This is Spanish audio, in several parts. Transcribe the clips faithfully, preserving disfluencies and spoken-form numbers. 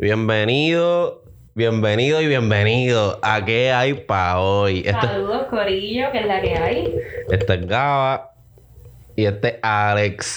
Bienvenido, bienvenido y bienvenido a ¿Qué hay pa' hoy? Este... Saludos, Corillo, que es la que hay. Este es Gaba y este es Alex.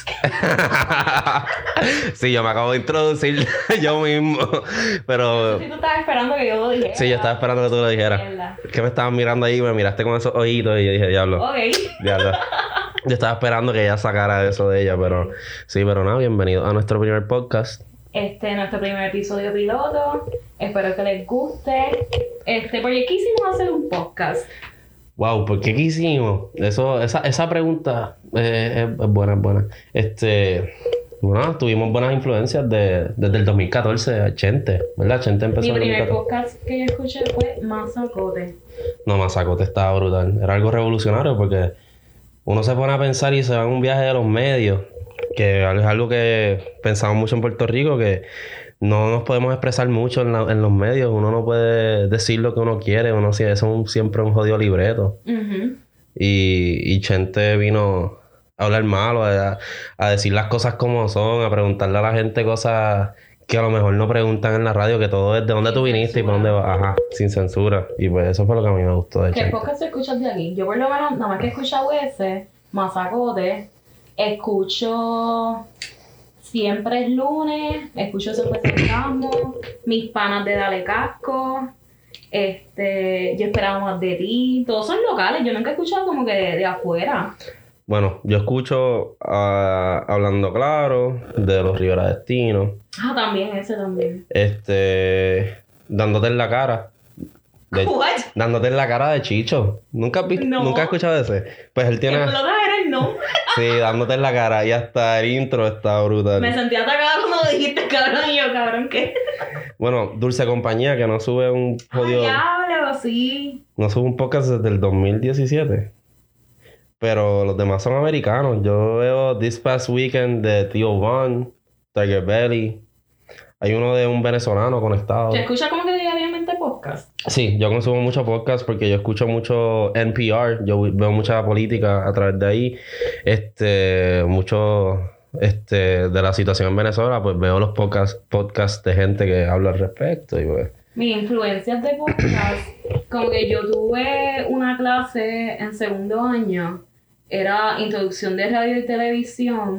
Sí, yo me acabo de introducir yo mismo, pero... No sé si tú estabas esperando que yo lo dijera. Sí, yo estaba esperando que tú lo dijeras. Es que me estabas mirando ahí, me miraste con esos ojitos y yo dije, diablo. Ok. Diablo. Yo estaba esperando que ella sacara eso de ella, pero... Sí, pero nada, bienvenido a nuestro primer podcast. Este es nuestro primer episodio piloto. Espero que les guste. Este, porque quisimos hacer un podcast. Wow, ¿por qué quisimos? Eso, esa, esa pregunta eh, es, es buena, es buena. Este, bueno, tuvimos buenas influencias de, desde el dos mil catorce a Chente, ¿verdad? Chente empezó Mi en el primer dos mil catorce. podcast que yo escuché fue Mazacote. No, Mazacote estaba brutal. Era algo revolucionario porque uno se pone a pensar y se va en un viaje de los medios, que es algo que pensamos mucho en Puerto Rico, que no nos podemos expresar mucho en, la, en los medios. Uno no puede decir lo que uno quiere. Uno sí, es un, siempre un jodido libreto. Uh-huh. Y, y Chente vino a hablar malo, a, a decir las cosas como son, a preguntarle a la gente cosas que a lo mejor no preguntan en la radio, que todo es de dónde sin tú viniste censura. Y para dónde vas. Ajá, sin censura. Y pues eso fue lo que a mí me gustó de ¿Qué Chente. podcast escuchas de aquí? Yo por lo menos, nada más que he escuchado ese, Mazacote, escucho... Siempre es lunes, escucho Eso Fue Sarcasmo, Mis Panas de Dale Casco, este, Yo Esperaba Más de Ti, todos son locales, yo nunca he escuchado como que de, de afuera. Bueno, yo escucho uh, Hablando Claro, de los Rivera Destino. Ah, también, ese también. Este, Dándote en la Cara. De, ¿What? Dándote en la Cara de Chicho. ¿Nunca has, visto, no. ¿Nunca has escuchado ese? Pues él tiene... Explota era el nombre. Sí, Dándote en la Cara. Y hasta el intro está brutal. Me sentí atacada cuando lo dijiste, cabrón. Y yo, cabrón, ¿qué? Bueno, Dulce Compañía, que no sube un jodido... Ah, diablo, sí. No sube un podcast desde el dos mil diecisiete. Pero los demás son americanos. Yo veo This Past Weekend de Theo Von, Tiger Belly. Hay uno de un venezolano conectado. ¿Te escuchas como que diariamente podcast? Sí, yo consumo mucho podcast porque yo escucho mucho N P R. Yo veo mucha política a través de ahí. Este, mucho este, de la situación en Venezuela, pues veo los podcasts podcast de gente que habla al respecto. Y pues... Mis influencias de podcast, como que yo tuve una clase en segundo año, era introducción de radio y televisión,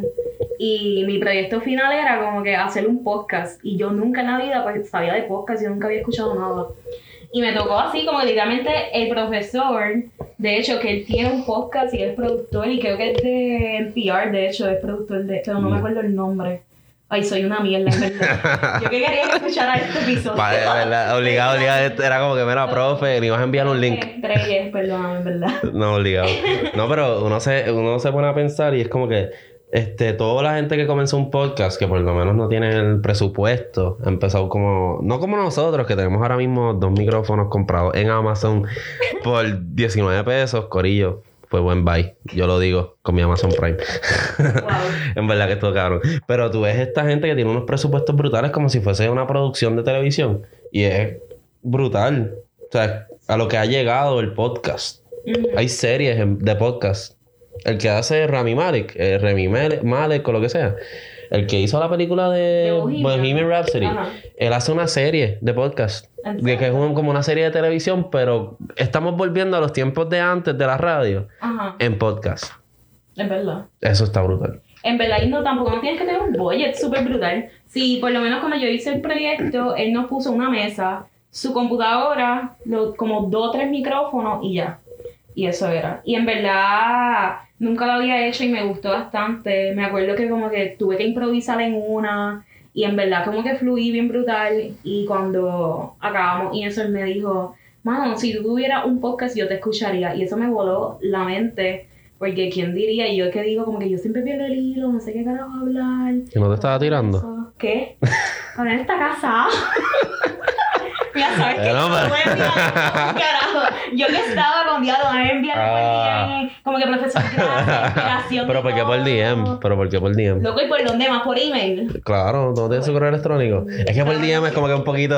y mi proyecto final era como que hacer un podcast, y yo nunca en la vida pues sabía de podcast, yo nunca había escuchado nada. Y me tocó así como literalmente el profesor, de hecho que él tiene un podcast y es productor, y creo que es de N P R, de hecho es productor de, pero no me acuerdo el nombre. Ay, soy una mierda, en verdad. Yo que quería que escuchara este episodio. Vale, verdad, obligado, obligado. Era como que, mira, profe, me ibas a enviar un link. Treyes, perdóname, en verdad. No, obligado. No, pero uno se, uno se pone a pensar y es como que este, toda la gente que comenzó un podcast, que por lo menos no tiene el presupuesto, ha empezado como... No como nosotros, que tenemos ahora mismo dos micrófonos comprados en Amazon por diecinueve pesos, corillo. Fue buen buy, yo lo digo, con mi Amazon Prime. Wow. En verdad que esto cabrón. Pero tú ves esta gente que tiene unos presupuestos brutales como si fuese una producción de televisión. Y es brutal. O sea, a lo que ha llegado el podcast. Uh-huh. Hay series de podcast. El que hace Rami Malek, eh, Rami Malek o lo que sea. El que hizo la película de, de Bohemian. Bohemian Rhapsody. Uh-huh. Él hace una serie de podcast. De que es un, como una serie de televisión, pero estamos volviendo a los tiempos de antes de la radio. Uh-huh. En podcast. Es verdad. Eso está brutal. En verdad, y no, tampoco no tienes que tener un budget súper brutal. Sí, por lo menos cuando yo hice el proyecto, él nos puso una mesa, su computadora, lo, como dos o tres micrófonos y ya. Y eso era. Y en verdad, nunca lo había hecho y me gustó bastante. Me acuerdo que como que tuve que improvisar en una... Y en verdad como que fluí bien brutal. Y cuando acabamos y eso él me dijo, mano, si tú tuvieras un podcast yo te escucharía. Y eso me voló la mente. Porque quién diría, y yo que digo como que yo siempre pierdo el hilo, no sé qué carajo hablar. ¿Y no te estaba tirando? Eso. ¿Qué? Con él está casado. Ya sabes que no, no pero... voy a enviar un carajo. Yo que estaba con diálogo, me enviaron ah. por D M, como que profesor, gracias, inspiración. ¿Pero por qué por D M? ¿Pero por qué por D M? Loco, ¿y por dónde más? ¿Por email? Claro, ¿no tienes su correo electrónico? Es que por D M es como que un poquito...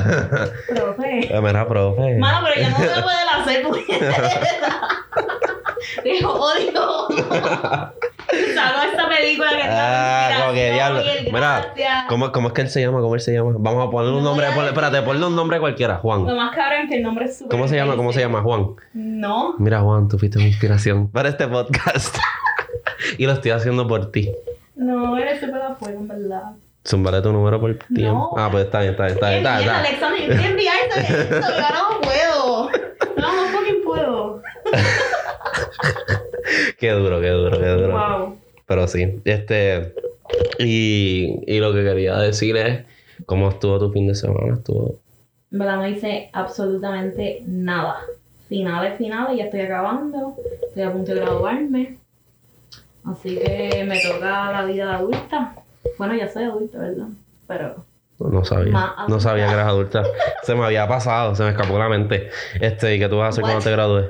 Profe. Mira, profe. Mano, pero ya no se lo pueden hacer, porque... Dijo, odio. Saco esta película que Ah, como que diablo. Mira, Mira, ¿cómo, ¿cómo es que él se llama? ¿Cómo él se llama? Vamos a ponerle un No nombre. voy a Ponle, espérate, ponle un nombre cualquiera. Juan. Lo más cabrón es que el nombre es súper ¿Cómo se llama? ¿Cómo se llama? Juan. No. Mira, Juan, tú fuiste mi inspiración para este podcast. Y lo estoy haciendo por ti. No, eres súper afuera, en verdad. Zumbaré tu número por ti. No. Ah, pues está bien, está bien, está bien. Está, Bien, está. Alexander, yo quiero enviarte esto, yo no puedo. No, no fucking puedo. Qué duro, qué duro, qué duro. Wow. Pero sí, este... Y, y lo que quería decir es... ¿Cómo estuvo tu fin de semana? Estuvo... En verdad no hice absolutamente nada. Finales, finales, ya estoy acabando. Estoy a punto de graduarme. Así que me toca la vida adulta. Bueno, ya soy adulta, ¿verdad? Pero... No sabía. Más No sabía que adulta. eras adulta. Se me había pasado, se me escapó la mente. Este, ¿y qué tú vas a hacer What? cuando te gradúes?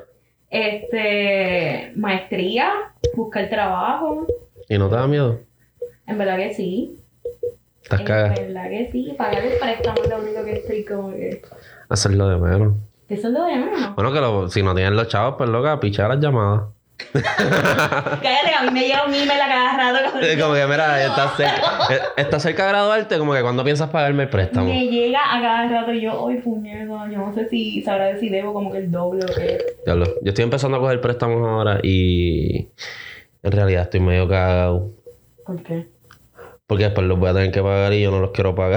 Este... Maestría, buscar trabajo. ¿Y no te da miedo? En verdad que sí. Estás En cagada. verdad que sí. Pagar el préstamo es lo único que estoy como que... Hacerlo de menos. Eso es lo de menos. Bueno, que lo- si no tienen los chavos, pues loca, pichar las llamadas. Cállate, a mí me llega un email a cada rato. Como, Como que, mira, estás cerca, eh, estás cerca de graduarte, como que cuando piensas pagarme el préstamo. me llega a cada rato y yo, hoy puñeta, yo no sé si sabrá si debo como que el doble o qué. Diablo, yo estoy empezando a coger préstamos ahora y en realidad estoy medio cagado. ¿Por qué? Porque después los voy a tener que pagar y yo no los quiero pagar.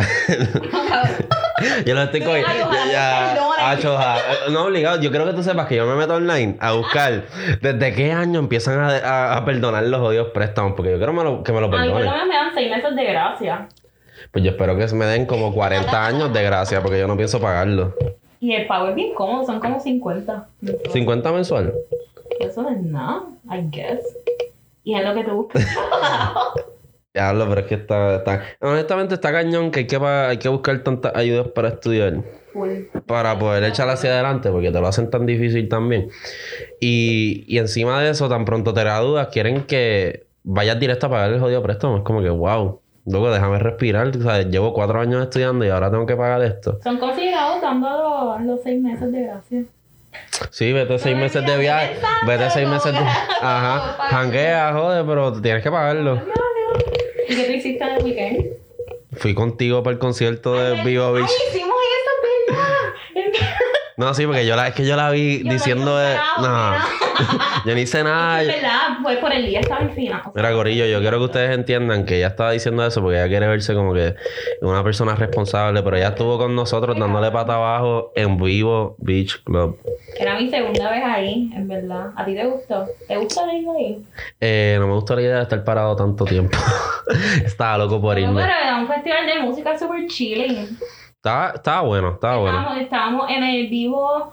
Yo los estoy cogiendo. Ay, ojalá Ya, me perdonen. acho, ojalá. No, obligado. Yo quiero que tú sepas que yo me meto online a buscar desde qué año empiezan a, a, a perdonar los odios préstamos. Porque yo quiero me lo- que me lo A mí por lo perdonen. menos me dan seis meses de gracia. Pues yo espero que me den como cuarenta años de gracia porque yo no pienso pagarlo. Y el pago es bien cómodo, son como cincuenta. ¿cincuenta mensual? Eso no es nada, I guess. Y es lo que tú buscas. Diablo, pero es que está, está... Honestamente está cañón que hay que, pa- hay que buscar tantas ayudas para estudiar. Full. Para poder echar hacia adelante, porque te lo hacen tan difícil también. Y, y encima de eso, tan pronto te gradúas, quieren que vayas directo a pagar el jodido préstamo. Es como que, wow, luego déjame respirar. O sea, llevo cuatro años estudiando y ahora tengo que pagar esto. Son considerados dando los, los seis meses de gracia. Sí, vete seis me meses de estoy viaje. pensando, Vete seis como meses de... que- Ajá. Pagar. Janguea, joder, pero tienes que pagarlo. ¿Y qué tú hiciste en el weekend? Fui contigo para el concierto de Vivo Beach. ¡Ay, hicimos eso, verdad! No, sí, porque yo la, es que yo la vi Yo diciendo no de... hice No, nada, yo no hice nada. Es verdad, fue por el día, estaba en final. O sea, Mira, Corillo, yo quiero que ustedes entiendan que ella estaba diciendo eso porque ella quiere verse como que una persona responsable, pero ella estuvo con nosotros dándole pata abajo en Vivo Beach Club. Era mi segunda vez ahí, en verdad. ¿A ti te gustó? ¿Te gusta ir ahí? Eh, no me gustó la idea de estar parado tanto tiempo. Estaba loco por No, irme. pero era un festival de música super chilling. Estaba, estaba bueno, estaba bueno. Estábamos, estábamos en el vivo...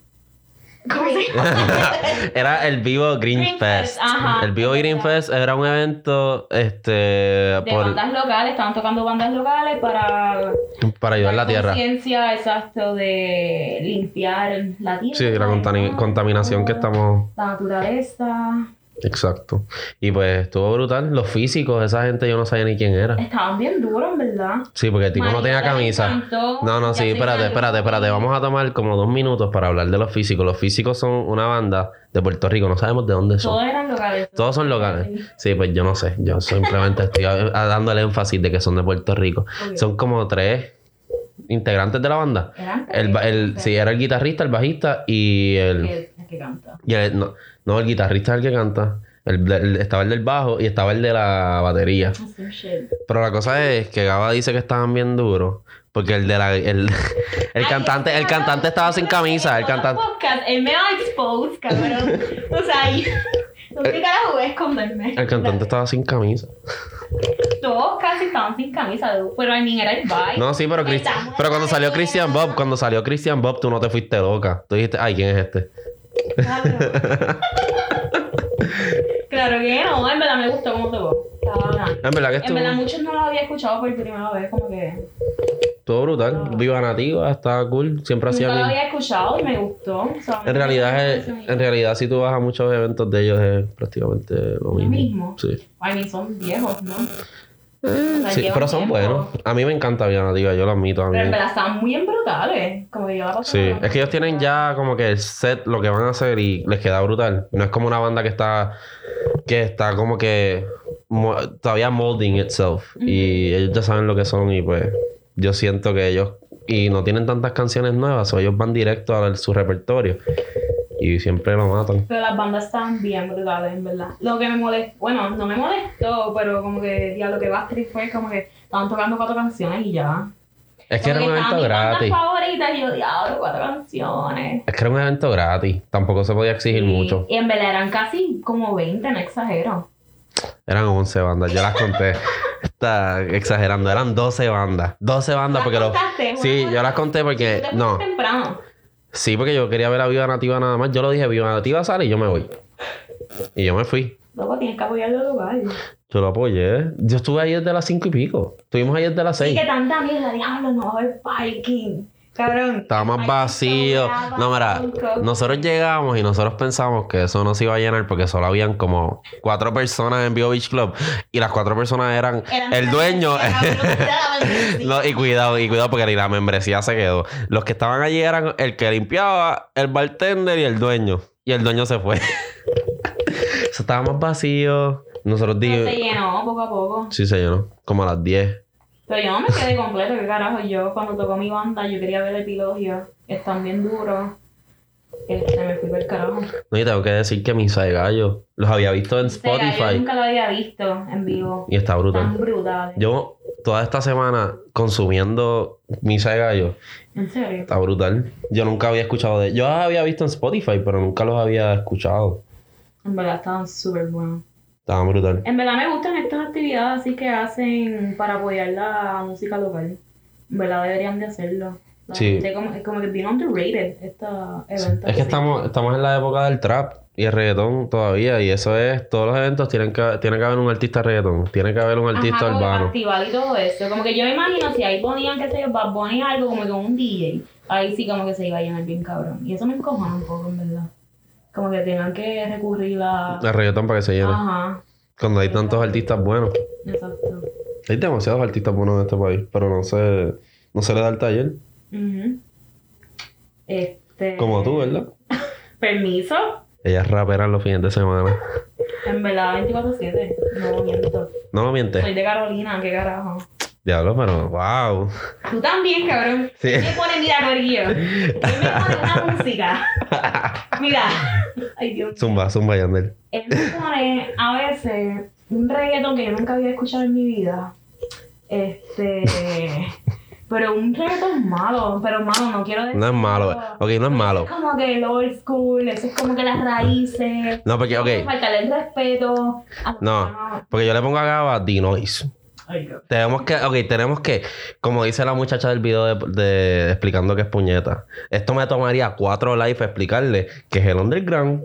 ¿Cómo se llama? Era el Vivo Green, Green Fest. Fest, ajá, El Vivo es Green verdad. Fest era un evento este De por- bandas locales, estaban tocando bandas locales para... para ayudar la tierra. Conciencia, exacto, de limpiar la tierra. Sí, la contani- ¿no? contaminación que estamos... La naturaleza. Exacto. Y pues estuvo brutal. Los físicos, esa gente yo no sabía ni quién era. Estaban bien duros, en verdad. Sí, porque el tipo no María tenía les camisa. encantó. No, no, Ya sí, se espérate, me espérate, ayudó. espérate. Vamos a tomar como dos minutos para hablar de los físicos. Los físicos son una banda de Puerto Rico. No sabemos de dónde son. Todos eran locales. Todos son locales. Sí, pues yo no sé. Yo simplemente estoy a- a- dando el énfasis de que son de Puerto Rico. Ok. Son como tres integrantes de la banda. Eran El, ba- el, sí, era el guitarrista, el bajista y el... El, el que canta. y el- no, no, el guitarrista es el que canta. El, el- estaba el del bajo y estaba el de la batería. Some shit. Pero la cosa es que Gaba dice que estaban bien duros. Porque el de la... El, el Ay, cantante es el que cantante no, estaba sin no, camisa. El en otro cantante... podcast, él me va a expose, cabrón. O sea, y... No sé carajo voy a esconderme. El cantante estaba sin camisa. Todos casi estaban sin camisa, dude. Pero a mí era el vibe. No, sí, pero, Chris- Estamos pero cuando salió en la Christian escuela. Bob, cuando salió Christian Bob, tú no te fuiste loca. Tú dijiste, ay, ¿quién es este? Claro. Claro que no, en verdad me gustó cómo tocó. Estaba bacán. En verdad que En estuvo, verdad muchos no lo había escuchado por primera vez, como que estuvo brutal. Viva Nativa, estaba cool. Siempre hacía nunca lo bien. había escuchado y me gustó. O sea, En realidad, es- en realidad, si tú vas a muchos eventos de ellos, es prácticamente lo mismo. mismo? Sí. I mean, son viejos, ¿no? Eh, O sea, sí, llevan pero son tiempo. buenos. A mí me encanta Viva Nativa, yo lo admito Pero en también. verdad están muy en brutales. Como que yo la paso Sí, mal. es que ellos tienen ya como que el set, lo que van a hacer y les queda brutal. No es como una banda que está, que está como que mo- todavía molding itself. Ujú. Y ellos ya saben lo que son y pues yo siento que ellos... Y no tienen tantas canciones nuevas, o ellos van directo a su repertorio. Y siempre lo matan. Pero las bandas están bien brutales, en verdad. Lo que me molestó, bueno, no me molestó, pero como que ya lo que Backstreet fue como que estaban tocando cuatro canciones y ya. Es que era Como un estaban evento mis bandas gratis. favoritas y yo, diablo, cuatro canciones. Es que era un evento gratis. Tampoco se podía exigir Y- mucho. Y en verdad eran casi como veinte, no exagero. Eran once bandas. Yo las conté. Está exagerando. Eran doce bandas. doce bandas ¿Las porque los... contaste? Sí, Bueno, yo las conté porque... Tú te No. fuiste temprano. Sí, porque yo quería ver a Viva Nativa nada más. Yo lo dije, Viva Nativa sale y yo me voy. Y yo me fui. Luego tienes que apoyarlo al lugar. Yo lo apoyé. Yo estuve ahí desde las cinco y pico. Estuvimos ahí desde las Sí, seis. que tanta mierda, diablo, no va a haber parking. Cabrón. Estaba más Ay, vacío. sobraba, No, mira, banco. nosotros llegamos y nosotros pensamos que eso no se iba a llenar porque solo habían como cuatro personas en Vivo Beach Club y las cuatro personas eran, Eran el dueño. no, No, y cuidado, y cuidado porque ni la membresía se quedó. Los que estaban allí eran el que limpiaba, el bartender y el dueño. Y el dueño se fue. Eso estaba más vacío. Nosotros se dijimos... llenó poco a poco. Sí, se llenó. Como a las diez. Pero yo no me quedé completo, que carajo. Yo cuando tocó mi banda, yo quería ver Epilogio. Están bien duros. Este, me fui por el carajo. No, y tengo que decir que Misa de Gallo los había visto en Sega, yo Spotify. nunca lo había visto en vivo. Y está brutal. Tan brutales. Yo toda esta semana consumiendo Misa de Gallo. ¿En serio? Está brutal. Yo nunca había escuchado de... Yo los había visto en Spotify, pero nunca los había escuchado. En verdad estaban súper buenos. Estaban brutal. En verdad me gustan estas actividades así que hacen para apoyar la música local. En verdad deberían de hacerlo. La Sí. gente como, como que bien underrated estos eventos. Es que así. estamos, estamos en la época del trap y el reggaetón todavía. Y eso es... Todos los eventos tienen que, tiene que haber un artista reggaetón. Tiene que haber un artista Ajá, como urbano. festival y todo eso. Como que yo me imagino si ahí ponían, qué sé yo, Bad Bunny algo como que un D J. Ahí sí como que se iba a llenar bien cabrón. Y eso me encojona un poco, en verdad. Como que tengan que recurrir a... El reggaetón para que se llene. Ajá, Cuando hay tantos artistas buenos. exacto. Hay demasiados artistas buenos en este país. Pero no se... No se le da el taller. Ujú. Este... Como tú, ¿verdad? Permiso. Ellas raperan los fines de semana. En verdad, veinticuatro siete. No miento. No lo mientes. Soy de Carolina, qué carajo. Diablo, pero wow. Tú también, cabrón. Sí. ¿Quién me pone, mira, Corillo? ¿Quién me pone una música? Mira. Ay, Dios mío. Zumba, zumba, Yandel. Él me pone a veces un reggaetón que yo nunca había escuchado en mi vida. Este. Pero un reggaetón malo. Pero malo, no quiero decir. No es malo. Ok, no es malo. Es como que el old school, eso es como que las raíces. No, porque, ok. Faltarle el respeto. a- No, porque yo le pongo a Gaba D-Noise. Ay, Dios. Tenemos que, ok, tenemos que, como dice la muchacha del video de, de- explicando que es puñeta. Esto me tomaría cuatro lives explicarle que es el underground.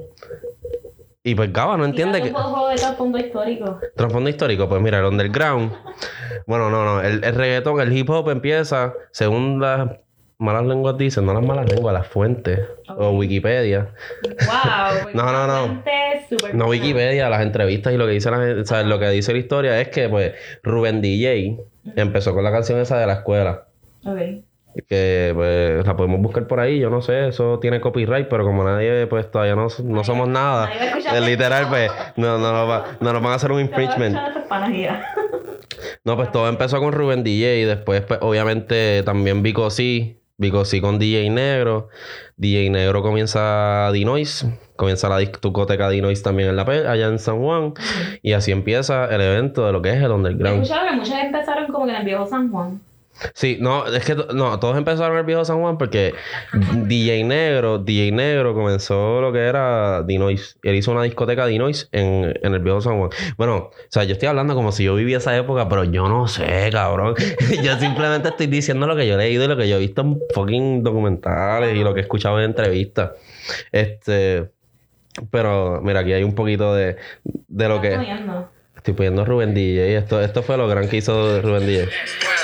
Y pues Gaba no entiende que... Un juego de trasfondo histórico. Trasfondo histórico, pues mira, el underground. Bueno, no, no. El, el reggaetón, el hip hop empieza, según las malas lenguas dicen, no las malas lenguas, las fuentes. O Ok. Wikipedia. Wow. No, no, no. Fuente súper No buena. Wikipedia, las entrevistas y lo que dice la gente, o sea, lo que dice la historia es que pues Rubén D J empezó con la canción esa de la escuela. Ok. Que pues la podemos buscar por ahí, yo no sé, eso tiene copyright, pero como nadie pues todavía no, no somos nada, nadie va a escuchar es esto. literal pues no, no, nos va- no nos van a hacer un Te voy a infringement. echar esas panas ya. No, pues todo empezó con Rubén D J y después pues obviamente también Vico C, Vico C con D J Negro, D J Negro comienza D-Noise, comienza la discoteca D-Noise también en la P, allá en San Juan y así empieza el evento de lo que es el He underground. escuchado que muchos empezaron como que en el viejo San Juan. Sí, no, es que to- no, todos empezaron en el viejo San Juan porque D J Negro, D J Negro comenzó lo que era D-Noise. Él hizo una discoteca D-Noise en, en el viejo San Juan. Bueno, o sea, yo estoy hablando como si yo vivía esa época, pero yo no sé, cabrón. Yo simplemente estoy diciendo lo que yo he leído y lo que yo he visto en fucking documentales y lo que he escuchado en entrevistas. Este, pero mira, aquí hay un poquito de, de lo ¿Estás que... poniendo? Estoy pidiendo Rubén D J. Esto, esto fue lo gran que hizo Rubén D J.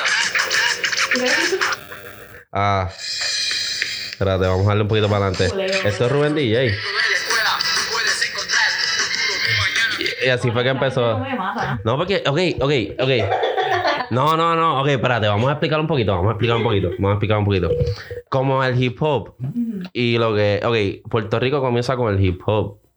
Ah. Espérate, vamos a darle un poquito para adelante. Esto es Rubén D J. Y, y así fue que No empezó. me mata. No, porque, ok, ok, ok. No, no, no, ok, espérate, vamos a explicar un poquito, vamos a explicar un poquito, vamos a explicar un poquito. Como el hip hop Ujú. y lo que, ok, Puerto Rico comienza con el hip hop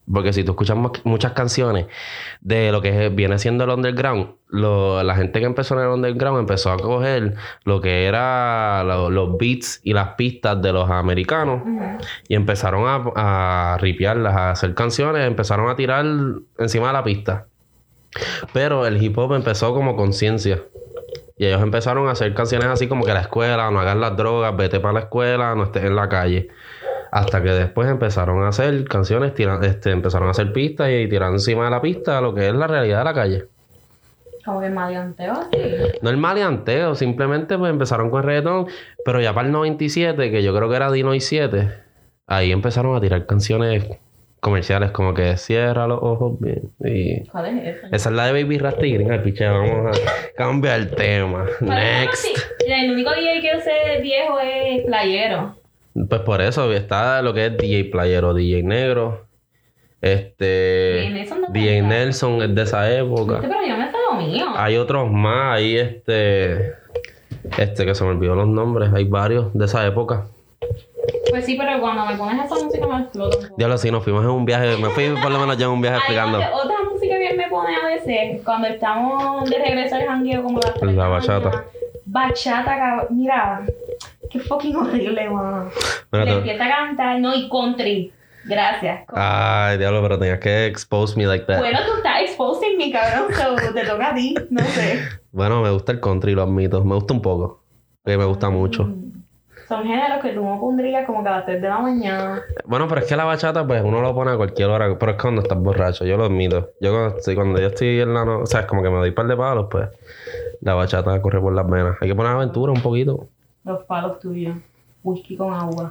Porque si tú escuchas mu- muchas canciones de lo que es- viene siendo el underground, lo- la gente que empezó en el underground empezó a coger lo que era lo- los beats y las pistas de los americanos Ujú. y empezaron a, a ripearlas, a hacer canciones, empezaron a tirar encima de la pista. Pero el hip hop empezó como conciencia. Y ellos empezaron a hacer canciones así como que la escuela, no hagas las drogas, vete para la escuela, no estés en la calle. Hasta que después empezaron a hacer canciones, tiran, este, empezaron a hacer pistas y tirar encima de la pista lo que es la realidad de la calle. Como que maleanteo así. No el maleanteo, simplemente pues empezaron con el reggaetón, pero ya para el noventa y siete, que yo creo que era Dino y siete, ahí empezaron a tirar canciones comerciales como que cierra los ojos bien. Y ¿Cuál es ese? esa es la de Baby Rasta y Green. Piche, vamos a cambiar el tema. ¿Cuál es Next. ese? Sí, el único D J que yo sé viejo es Playero. Pues por eso está lo que es D J Playero, D J Negro. Este. D J Nelson no D J cuenta. Nelson es de esa época. Este, pero yo me sé lo mío. Hay otros más, ahí este. Este que se me olvidó los nombres. Hay varios de esa época. Pues sí, pero cuando me pones esa música me explota un poco. Diablo, sí, nos fuimos en un viaje. Me fui por lo menos ya en un viaje explicando. Además, otra música que me pone a veces, cuando estamos de regreso al jangueo como las tres de La la bachata. mañana, Bachata, cabrón. Mira, qué fucking horrible, mano. Mira, Le tú- empieza a cantar, no, y country. Gracias. Ay, diablo, pero tenías que expose me like that. Bueno, tú estás exposing mi cabrón, so te toca a ti, no sé. Bueno, me gusta el country, lo admito. Me gusta un poco. Porque me gusta mucho. Mm. Son géneros que tú no pondrías como que a las tres de la mañana. Bueno, pero es que la bachata, pues uno lo pone a cualquier hora, pero es cuando estás borracho, yo lo admito. Yo cuando, sí, cuando yo estoy en la noche, o sea, es como que me doy un par de palos, pues la bachata corre por las venas. Hay que poner aventura un poquito. Los palos tuyos. Whisky con agua.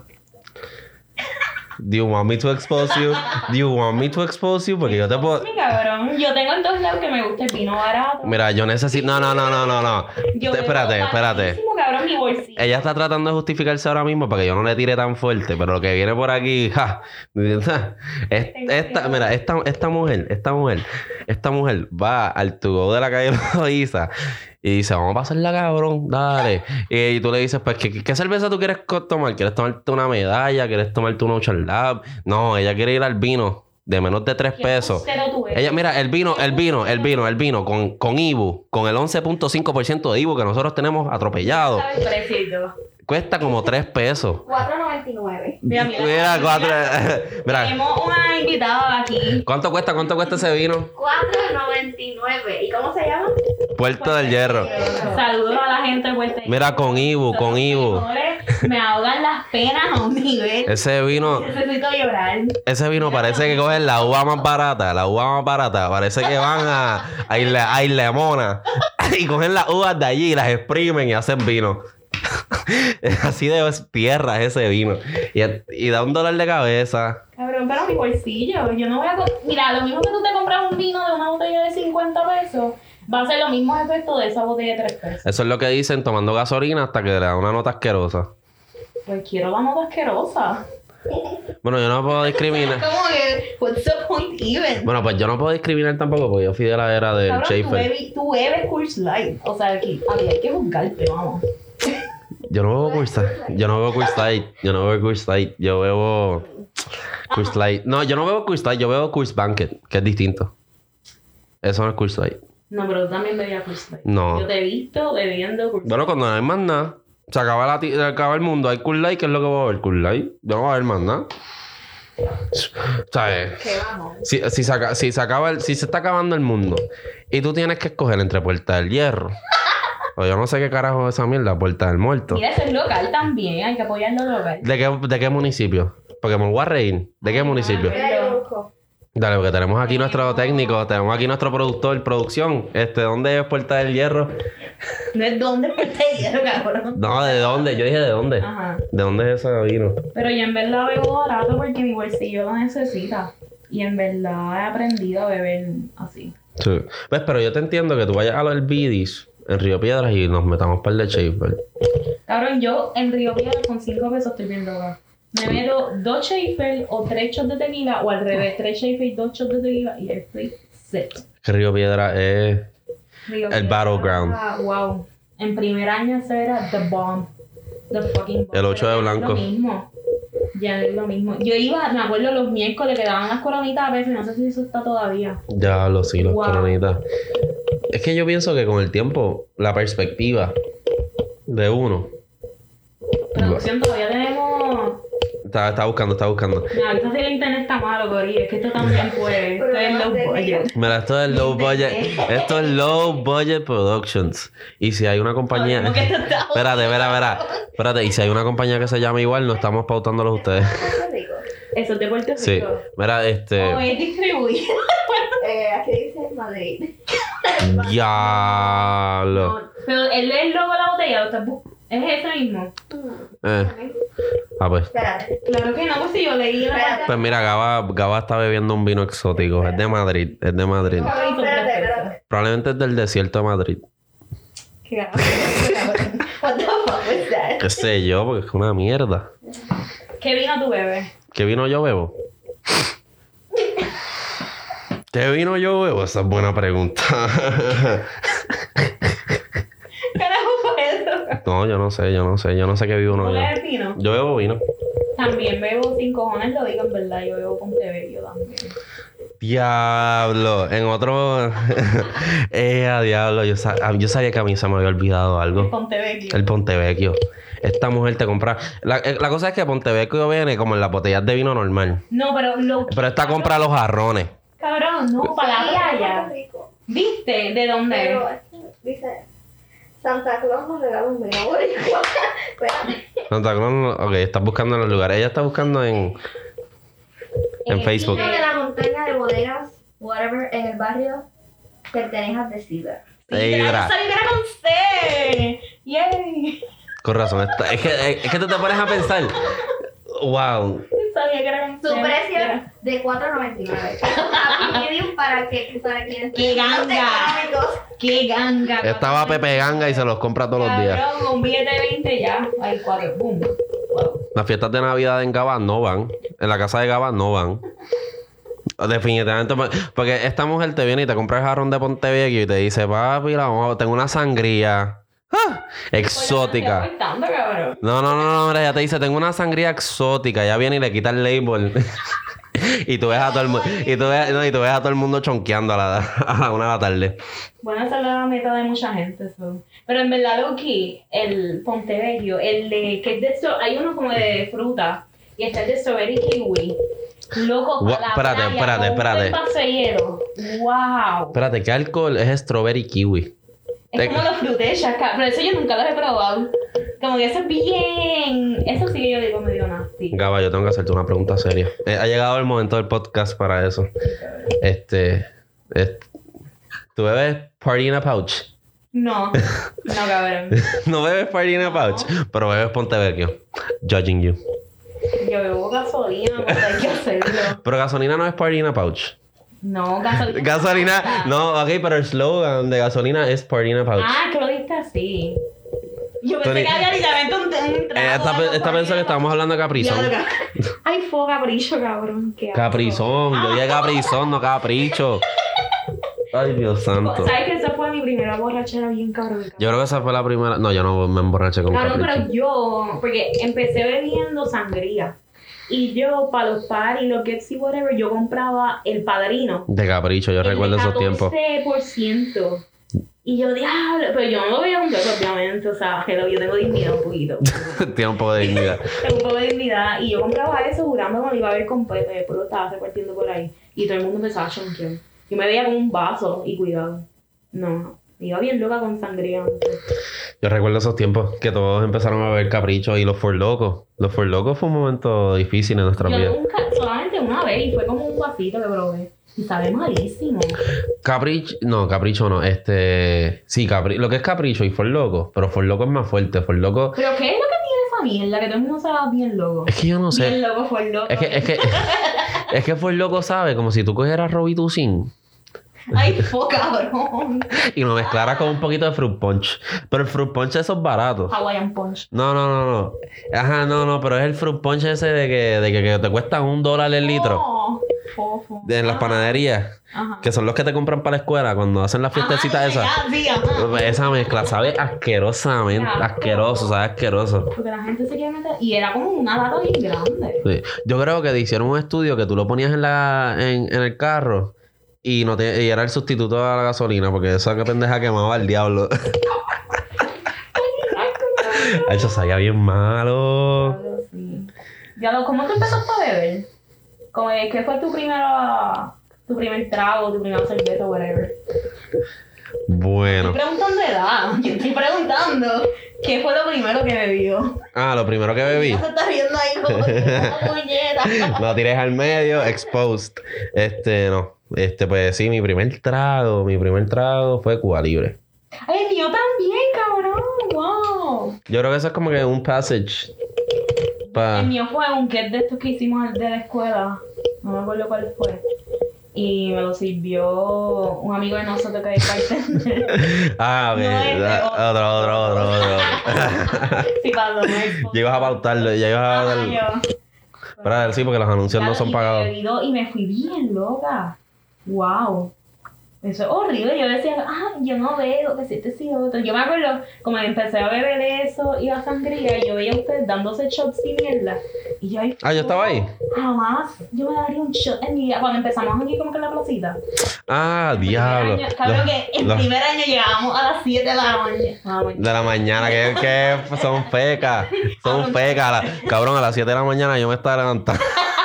Do you want me to expose you? Do you want me to expose you? Porque yo te puedo... Mi cabrón, yo tengo en todos lados que me gusta el vino barato. Mira, yo necesito... No, no, no, no, no, no. Yo Te- espérate, bebo espérate. baratísimo, cabrón, mi bolsillo. Ella está tratando de justificarse ahora mismo para que yo no le tire tan fuerte, pero lo que viene por aquí, ja, es- esta, mira, esta, esta mujer, esta mujer, esta mujer va al to go de la calle Loíza y dice, vamos a pasarla cabrón, dale. Y, y tú le dices, pues, ¿qué, qué cerveza tú quieres co- tomar? ¿Quieres tomarte una medalla? ¿Quieres tomarte una Ocean Lab? No, ella quiere ir al vino de menos de tres Qué pesos. embustero tú eres. Ella, mira, el vino, el vino, el vino, el vino con, con Ibu, con el once punto cinco por ciento de Ibu que nosotros tenemos atropellado. ¿Sabes el precio y todo? Cuesta como tres pesos. cuatro noventa y nueve. Mira, mira. Mira, cuatro. Mira, Tenemos una invitada aquí. ¿cuánto cuesta? ¿Cuánto cuesta ese vino? cuatro noventa y nueve. ¿Y cómo se llama? Puerto del Hierro. Saludos a la gente de Puerto Rico. Mira, con Ibu, Son con los Ibu. mejores. Me ahogan las penas a un nivel. Ese vino, Necesito llorar. ese vino parece que cogen la uva más barata, la uva más barata. Parece que van a, a, Isla, a Isla Mona y cogen las uvas de allí y las exprimen y hacen vino. Así de tierra es ese vino. Y, y da un dolor de cabeza. Cabrón, pero mi bolsillo. Yo no voy a... co- Mira, lo mismo que tú te compras un vino de una botella de cincuenta pesos, va a ser lo mismo efecto de esa botella de tres pesos. Eso es lo que dicen tomando gasolina hasta que le da una nota asquerosa. Pues quiero la nota asquerosa. Bueno, yo no puedo discriminar. Como que, what's the point even? Bueno, pues yo no puedo discriminar tampoco porque yo fui de la era del Cabrón, tú Schaefer. bebes, tú bebes Coors Light. O sea, aquí había que juzgarte, vamos. Yo no bebo Coors Light. Yo no bebo Coors Light. Yo no bebo Coors Light. Yo bebo Coors Light. No, yo no bebo Coors Light. Yo bebo Coors Banquet, que es distinto. Eso no es Coors Light. No, pero tú también bebías Coors Light. No. Yo te he visto bebiendo Coors Light. Bueno, cuando no hay más nada, se acaba, la ti- se acaba el mundo. Hay Coors Light, ¿qué es lo que voy a beber? Coors Light. Yo no voy a beber más nada. ¿Sabes? ¿Qué vamos? Si, si, se, aca- si, se acaba el- si se está acabando el mundo y tú tienes que escoger entre Puerta del Hierro o yo no sé qué carajo es esa mierda, Puerta del Muerto. Mira, eso es local también. Hay que apoyar lo local. ¿De qué, ¿De qué municipio? Porque me voy a reír. ¿De qué municipio? Mira, yo busco. Dale, porque tenemos aquí nuestro técnico, tenemos aquí nuestro productor, producción. Este, ¿dónde es Puerta del Hierro? No es donde Puerto del Hierro, cabrón. No, ¿de dónde? Yo dije, ¿de dónde? Ajá. ¿De dónde es ese vino? Pero yo en verdad bebo barato porque mi bolsillo lo necesita. Y en verdad he aprendido a beber así. Sí. Pues, pero yo te entiendo que tú vayas a los Bidis en Río Piedras y nos metamos par de Schaefer. Cabrón, yo en Río Piedras con cinco pesos estoy bien loca. Me meto dos Schaefer o tres shots de tequila o al revés, tres Schaefer y dos shots de tequila y estoy set. Que Río Piedras es Río el Piedras, battleground. ah, wow. En primer año eso era the bomb. The fucking bomb. El ocho de Pero blanco. Es lo mismo. Ya no es lo mismo. Yo iba, me acuerdo, los miércoles que daban las coronitas a veces, no sé si eso está todavía. Ya lo sí, los Wow. coronitas. Es que yo pienso que con el tiempo, la perspectiva de uno. Producción, todavía tenemos... Está, está buscando, está buscando. No, ahorita si el internet está malo, Cori, es que esto también puede. Esto es low budget. Mira, esto es low budget. Esto es low budget productions. Y si hay una compañía. ¿Cómo que esto está Espérate, espérate, espérate. Espérate, y si hay una compañía que se llama igual, no estamos pautándolos ustedes. Puerto Rico. Eso es de Puerto Rico. Sí. Mira, este. O es distribuido. Eh, aquí dice Madrid. Diablo. No, pero él lee el logo de la botella, ¿lo estás bu- ¿es ese mismo? Eh. Ah, pues. Espérate. Claro que no, pues si yo leí la Espérate. Pues mira, Gaba, Gaba está bebiendo un vino exótico. Es de Madrid. Es de Madrid. No, espérate, espérate. Probablemente es del desierto de Madrid. Qué gato. What the fuck was that? Qué sé yo, porque es una mierda. ¿Qué vino tu bebé? ¿Qué vino yo bebo? ¿Qué vino yo bebo? Esa es buena pregunta. Carajo fue eso. No, yo no sé, yo no sé. Yo no sé qué vino ¿Cuál yo. es el vino? Yo bebo vino. También bebo sin cojones, lo digo en verdad, yo bebo con Tebello también. Diablo. En otro... eh, a diablo. Yo, sa- ah, yo sabía que a mí se me había olvidado algo. Pontevecchio. El Pontevecchio. Esta mujer te compra... La, eh, la cosa es que Pontevecchio viene como en las botellas de vino normal. No, pero lo Pero esta compra los jarrones. Cabrón, no, para la Sí, Puerto playa. Rico. ¿Viste? ¿De dónde? Pero es que dice Santa Claus nos regaló un vino boricua. Espérate. Santa Claus no- ok, estás buscando en los lugares. Ella está buscando en... en Eh, Facebook. Vino de la montaña de bodegas, whatever, en el barrio Pertenejas de Cedar. Sí, Ey, pero mira. yo sabía que era con C. Yay. Con razón. esta- es, que, es que tú te pones a pensar... Wow. Sabía que era con C. Su precio Era- de cuatro noventa y nueve. Happy medium para que para quienes ¡Qué tengan ganga! económicos. ¡Qué ganga! Estaba Pepe Ganga y se los compra todos los días. Cabrón, un billete de veinte ya. Hay cuatro. Boom. Wow. Las fiestas de Navidad en Gabán no van. En la casa de Gabán no van. Definitivamente. Porque esta mujer te viene y te compra el jarrón de Pontevecchio y te dice, papi, la vamos a- tengo una sangría. ¡Ah! Exótica. Pues, tanto, cabrón. No, no, no, no, mira, ya te dice, tengo una sangría exótica. Ya viene y le quita el label. y tú ves a todo el mundo. Y tú ves, no, y tú ves a todo el mundo chonqueando a la, a la una de la tarde. Bueno, esa es la meta de mucha gente. So. Pero en verdad, Loki, el Pontevecchio, el de, que es de esto, hay uno como de fruta y está el de strawberry kiwi. Loco, Gua- para la espérate, playa, espérate, con un espérate. vaso de hielo. Wow. Espérate, ¿qué alcohol es strawberry kiwi? Es Te- como los frutechas, ca- pero eso yo nunca los he probado. Como que eso es bien... Eso sí que yo digo medio nasty. Gaba, yo tengo que hacerte una pregunta seria. Eh, ha llegado el momento del podcast para eso. Este, este ¿tú bebes Party in a Pouch? No, no cabrón. No bebes Party in a Pouch, pero bebes Pontevecchio. Judging you. Yo bebo gasolina, porque hay que hacerlo. Pero gasolina no es Party in a Pouch. No, gasolina. Gasolina, no, ok, pero el slogan de gasolina es Party in a Pouch. Ah, que lo diste así. Yo pensé Tony- que había literalmente un, un trago. Eh, esta, algo esta por pensó que ahí. estábamos hablando de Caprizón. Diablo, ca- Ay, fue Capricho, cabrón. Qué asco. Caprizón, yo dije Caprizón, no Capricho. Ay, Dios santo. ¿Sabes que esa fue mi primera borrachera bien cabrón? Yo creo que esa fue la primera. No, yo no me emborraché con Claro, Capricho. pero yo, porque empecé bebiendo sangría. Y yo, para los parties, los gets y whatever, yo compraba el Padrino. De Capricho, yo el de recuerdo esos tiempos. catorce por ciento. Y yo, diablo, pero yo no lo veía un beso, obviamente. O sea, hello, yo tengo dignidad un poquito. Tiene un poco de dignidad. Tengo un poco de dignidad. Y yo compraba eso jurando cuando iba a ver completo. Y después lo estaba repartiendo por ahí. Y todo el mundo empezaba a chonquear. Yo me veía con un vaso y cuidado. No, iba bien loca con sangría. Yo recuerdo esos tiempos que todos empezaron a beber Capricho y los For Locos. Los For Locos fue un momento difícil en nuestra Yo vida. nunca, solamente una vez y fue como un vasito que probé. Y sabe malísimo. Capricho, no, Capricho no, este... Sí, Capri, lo que es Capricho y For Locos, pero For Locos es más fuerte. For Locos... Pero ¿qué es lo que tiene esa mierda? Que todo el mundo se va bien loco. Es que yo no sé. Bien loco fue el loco. Es que, es que... es que For Loco sabe como si tú cogieras Robitussin Ay, fue cabrón. y lo mezclaras con un poquito de Fruit Punch. Pero el Fruit Punch esos baratos. Hawaiian Punch. No, no, no, no. Ajá, no, no, pero es el Fruit Punch ese de que, de que, que te cuesta un dólar el litro. No. Fofo. de- en las Ajá. panaderías, Ajá. que son los que te compran para la escuela cuando hacen las fiestecitas Ajá, esas. ya, sí, ajá. Esa mezcla sabe asquerosamente, Qué asco. asqueroso, sabe asqueroso. Porque la gente se quiere meter. Y era como una lata bien grande. Sí. Yo creo que hicieron un estudio que tú lo ponías en la en, en el carro y no te, y era el sustituto a la gasolina, porque esa que pendeja quemaba al diablo. Eso sabía bien malo. Claro, sí. Ya lo, ¿cómo tú empezaste a beber? Como, eh, ¿qué fue tu primera, tu primer trago, tu primera cerveza, whatever? Bueno. Estoy preguntando de edad. Yo estoy preguntando qué fue lo primero que bebió. Ah, lo primero que bebí. Ya se está riendo ahí como una puñeta. Lo tires al medio, exposed. Este, no. Este, pues sí, mi primer trago, mi primer trago fue Cuba Libre. Ay, el mío también, cabrón. Wow. Yo creo que eso es como que un passage. Pa... El mío fue un get de estos que hicimos de la escuela. No me acuerdo cuál fue. Y me lo sirvió un amigo de nosotros que es bartender. Ah, ok. No, este, Ah, otro, otro, otro, otro. Sí, para no me Ya ibas a pautarlo, ya ibas a Ajá, dar... yo. Para sí, porque los anuncios no son Y pagados. me bebí dos y me fui bien loca. Wow. Eso es horrible. Yo decía, ah, yo no veo que si este sí otro. Yo me acuerdo, como empecé a beber eso y la sangría, y yo veía a ustedes dándose shots y mierda. Y yo ahí. Ah, ¿yo estaba ahí? Jamás. Yo me daría un shot en mi vida. Cuando empezamos aquí, como que en la placita. Ah, El primer diablo. año- Cabrón, Los- que el los- primer año llegábamos a las siete de la mañana. Ah, bueno. De la mañana, que, que son fecas. Son fecas. A la- cabrón, a las siete de la mañana yo me estaba levantando.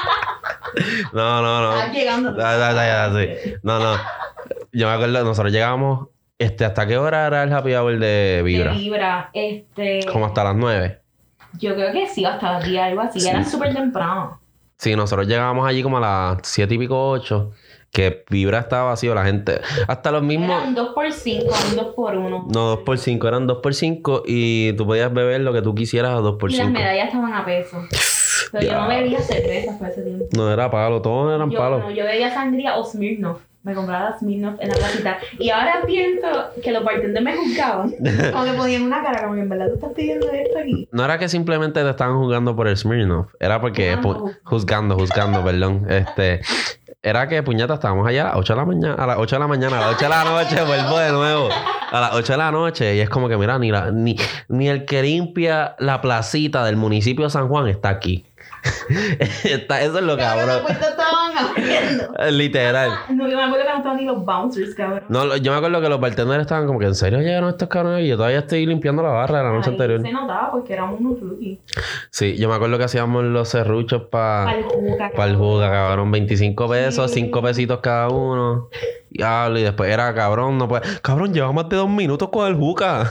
No, no, no. Estás llegando. Ya, ya, ya, ya, sí. No, no. Yo me acuerdo, nosotros llegábamos. Este, ¿hasta qué hora era el happy hour de Vibra? De Vibra. Este. Como hasta las nueve. Yo creo que sí, hasta las diez, algo así. Sí. Era súper temprano. Sí, nosotros llegábamos allí como a las siete y pico, ocho. Que Vibra estaba vacío, la gente. Hasta los mismos. Era un dos por cinco, un dos por uno. No, dos por cinco, eran dos por cinco y tú podías beber lo que tú quisieras a dos por Y las cinco. medallas estaban a peso. Pero yo no Ya. bebía cervezas por ese tiempo. No era palo, todos eran Yo, palos. no, yo bebía sangría o Smirnoff. Me compraba la Smirnoff en la placita. Y ahora pienso que los bartenders me juzgaban. Como que ponían una cara, como que en verdad tú estás pidiendo esto aquí. No era que simplemente te estaban juzgando por el Smirnoff, era porque Juzgando. pu- juzgando, juzgando, perdón. Este, era que puñeta, estábamos allá a las ocho de la mañana, a las ocho de la mañana, a las ocho de la noche, vuelvo de nuevo. A las ocho de la noche y es como que mira, ni la, ni, ni el que limpia la placita del municipio de San Juan está aquí. Está, eso es lo Cabrón, cabrón. pues te estaban abriendo. Literal. No, yo me acuerdo que no estaban ni los bouncers, cabrón. No, lo- yo me acuerdo que los bartenders estaban como que en serio llegaron estos cabrones y yo todavía estoy limpiando la barra de la noche Ahí anterior. se notaba porque éramos unos rookies. Sí, yo me acuerdo que hacíamos los serruchos para Para el juca. para el jugo, cabrón, veinticinco pesos, Sí. cinco pesitos cada uno. Diablo, y después era cabrón, no puede. Cabrón, lleva más de dos minutos con el juca.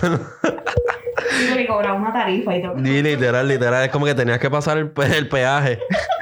Le cobraba una tarifa y todo. Y literal, literal, es como que tenías que pasar el, pe- el peaje.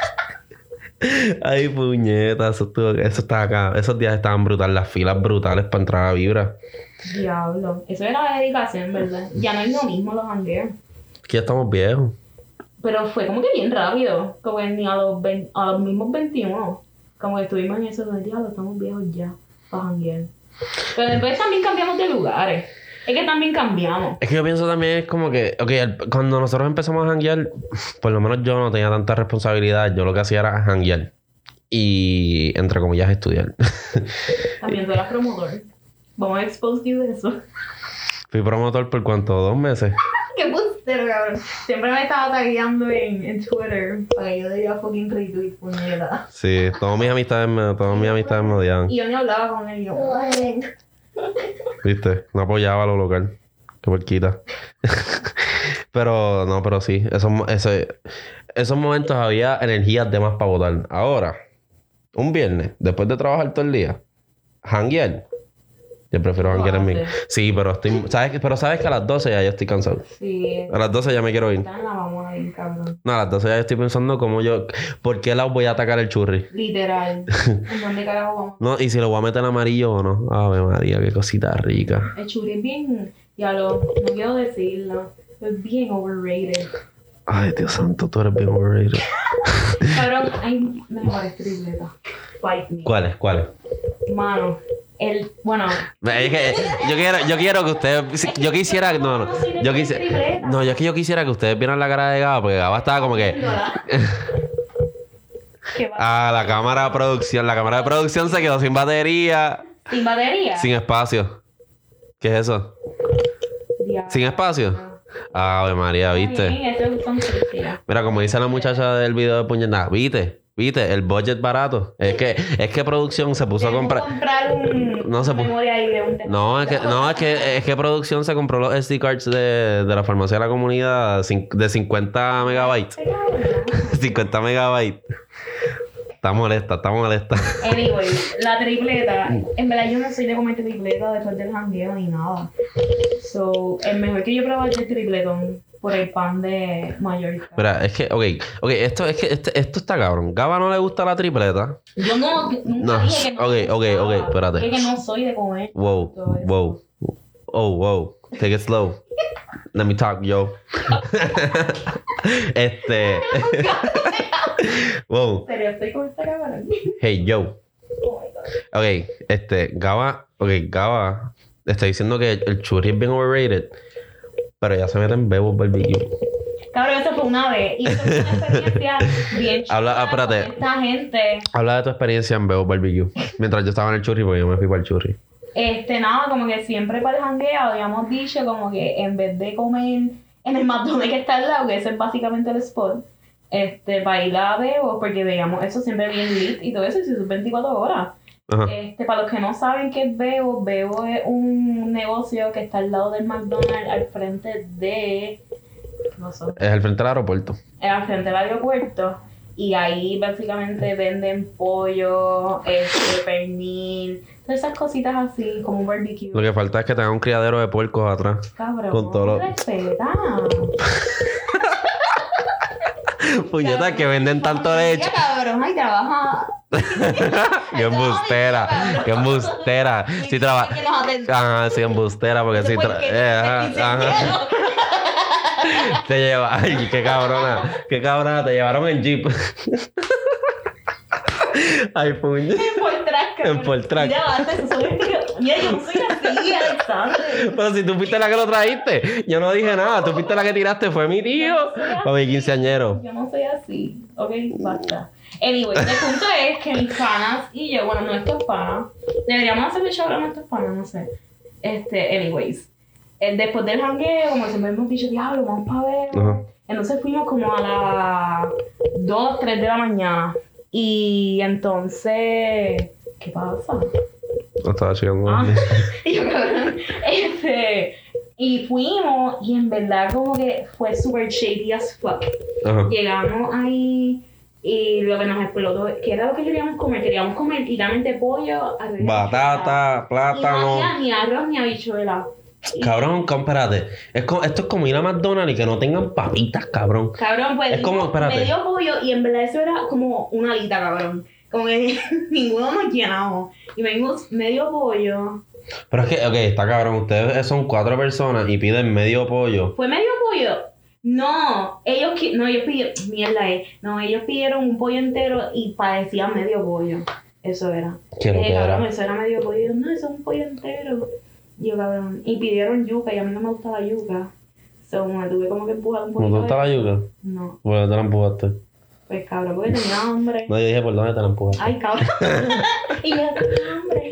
Ay, puñeta, eso estuvo, eso estaba acá. Esos días estaban brutales, las filas brutales para entrar a Vibra. Diablo. Eso era dedicación, ¿verdad? Ya no es lo mismo los jangueos. Que ya estamos viejos. Pero fue como que bien rápido. Como que ni a los, veinte a los mismos veintiuno. Como que estuvimos en eso de diablo, estamos viejos ya para janguear. Pero después también cambiamos de lugares. Es que también cambiamos. Es que yo pienso también es como que, ok, el- cuando nosotros empezamos a janguear, por lo menos yo no tenía tanta responsabilidad. Yo lo que hacía era janguear. Y, entre comillas, estudiar. También tú eras promotor. Vamos a expose you de eso. Fui promotor por cuánto, dos meses. Qué pustero, cabrón. Siempre me estaba tagueando en, en Twitter para que yo le diera fucking retweet, puñeta. Sí, todas mis amistades me, todas mis amistades me odiaban. Y yo ni hablaba con él. Y yo, "Ay". ¿Viste? No apoyaba a lo local. Qué porquita. Pero, no, pero sí. Esos, mo- ese- esos momentos había energías de más para votar. Ahora, un viernes, después de trabajar todo el día, janguear. Yo prefiero Lo janguear en mi... haces. Sí, pero estoy... ¿Sabes? que- Pero sabes que a las doce ya yo estoy cansado. Sí. A las doce ya me quiero ir. Está en la mamona bien, cabrón. No, a las doce ya yo estoy pensando cómo yo... ¿Por qué lado voy a atacar el churri? Literal. ¿En dónde carajo vamos? No, y si lo voy a meter amarillo o no. Ave María, qué cosita rica. El churi es bien, ya lo, no quiero decirlo, es bien overrated. Ay, Dios santo, tú eres bien overrated. Cabrón, hay mejores tripletas. Fight me. ¿Cuáles? ¿Cuáles? Mano, el, bueno, Es que yo quiero, yo quiero que ustedes... Yo quisiera... No, no. Yo quisiera... No, yo es que yo quisiera que ustedes vieran la cara de Gaba, porque Gaba estaba como que... ¿Qué pasa? Ah, la cámara de producción. La cámara de producción se quedó sin batería. ¿Sin batería? Sin espacio. ¿Qué es eso? Diablo. ¿Sin espacio? Ave María, ¿viste? Bien, eso es un suicidio. Mira, como dice la muchacha del video de puñetada, ¿viste? ¿Viste? El budget barato. Es que, es que producción se puso a Tengo que comprar. comprar un, No se una pu- memoria ahí de un teléfono. No, es que, no, es que, es que producción se compró los S D cards de, de la farmacia de la comunidad cin- de cincuenta megabytes. Ay, cabrón. cincuenta megabytes. Está molesta, está molesta. Anyway, la tripleta. En verdad, yo no soy de comer tripleta después del jangueo ni nada. So, es mejor que yo pruebe el tripletón por el pan de Mallorca. Mira, es que, ok, ok, esto es que este- esto está cabrón. Gaba no le gusta la tripleta. Yo no, nunca No, dije que no. ok, me ok, gustaba. ok, espérate. Dije que no soy de comer. Wow, todo eso. wow. Oh, wow. Take it slow. Let me talk, yo. este. Wow. ¿En serio estoy con esta cámara? Hey, yo. Oh my God. Ok, este, Gaba, ok, Gaba está diciendo que el churri es bien overrated, pero ya se mete en Bebo's Barbecue. Cabrón, eso fue una vez. Y eso fue una experiencia bien chida. Habla- ah, espérate. con esta gente. Habla de tu experiencia en Bebo's Barbecue. Mientras yo estaba en el churri, porque yo me fui para el churri. Este, nada, como que siempre para el jangueo habíamos dicho como que en vez de comer en el McDonald's que está al lado, que ese es básicamente el spot, este, para ir a Bebo, porque veíamos eso siempre bien lit y todo eso, y si son veinticuatro horas. Ajá. Este, para los que no saben qué es Bebo, Bebo es un negocio que está al lado del McDonald's, al frente de... No sé. Es al frente del aeropuerto. Al frente del aeropuerto. Y ahí básicamente venden pollo, este, pernil, todas esas cositas así, como un barbecue. Lo que falta es que tenga un criadero de puercos atrás. Cabrón, con todo lo- respeta. Puñetas que venden tanto leche. Ya, cabrón, ay, trabaja. Qué embustera, qué embustera. Sí, trabaja. Que nos atendemos. Ajá, sí, embustera, porque sí. tra- eh, ajá, ajá. Te lleva. Ay, qué cabrona. Qué cabrona, te llevaron en jeep. Ay, puñe. En Poltrack, cabrón. En Poltrack. Mira, basta, eso son estilos. Mira, yo no soy así, Alexander. Pero si tú fuiste la que lo trajiste, yo no dije nada. Tú fuiste la que tiraste, fue mi tío. Para mi quinceañero. Yo no soy así. Ok, basta. Anyway, el punto es que mis panas y yo, bueno, nuestros panas, deberíamos hacerle show a nuestros panas, no sé. Este, anyways. El, después del jangueo, como siempre hemos dicho, diablo, vamos para ver. Ajá. Entonces fuimos como a las dos, tres de la mañana. Y entonces, ¿qué pasa? No estaba checando. Ah, y yo, cabrón, este, y fuimos, y en verdad como que fue super shady as fuck. Ajá. Llegamos ahí, y lo que nos explotó, que era lo que queríamos comer, queríamos comer literalmente pollo, arroz, Batata, y no había plátano. ni arroz ni habichuela. Y- Cabrón, compárate. Es co- esto es como ir a McDonald's y que no tengan papitas, cabrón. Cabrón, pues Es como, espérate. me dio pollo y en verdad eso era como una alita, cabrón. Como que ninguno nos llenamos. Y me dio medio pollo. Pero es que, ok, está cabrón. Ustedes son cuatro personas y piden medio pollo. ¿Fue medio pollo? No, ellos qui- no, ellos pidieron, mierda eh. No, ellos pidieron un pollo entero y parecía medio pollo. Eso era. ¿Qué lo Eh, que cabrón, era? eso era medio pollo. Y yo, no, eso es un pollo entero. Y yo, cabrón. Y pidieron yuca y a mí no me gusta la yuca. So, me tuve como que empujar un ¿No poquito. te gusta la de- yuca? No, Bueno, te la empujaste. pues cabrón, porque tenía hambre. No, yo dije por dónde te la empujaste. Ay, cabrón. Y yo tenía hambre.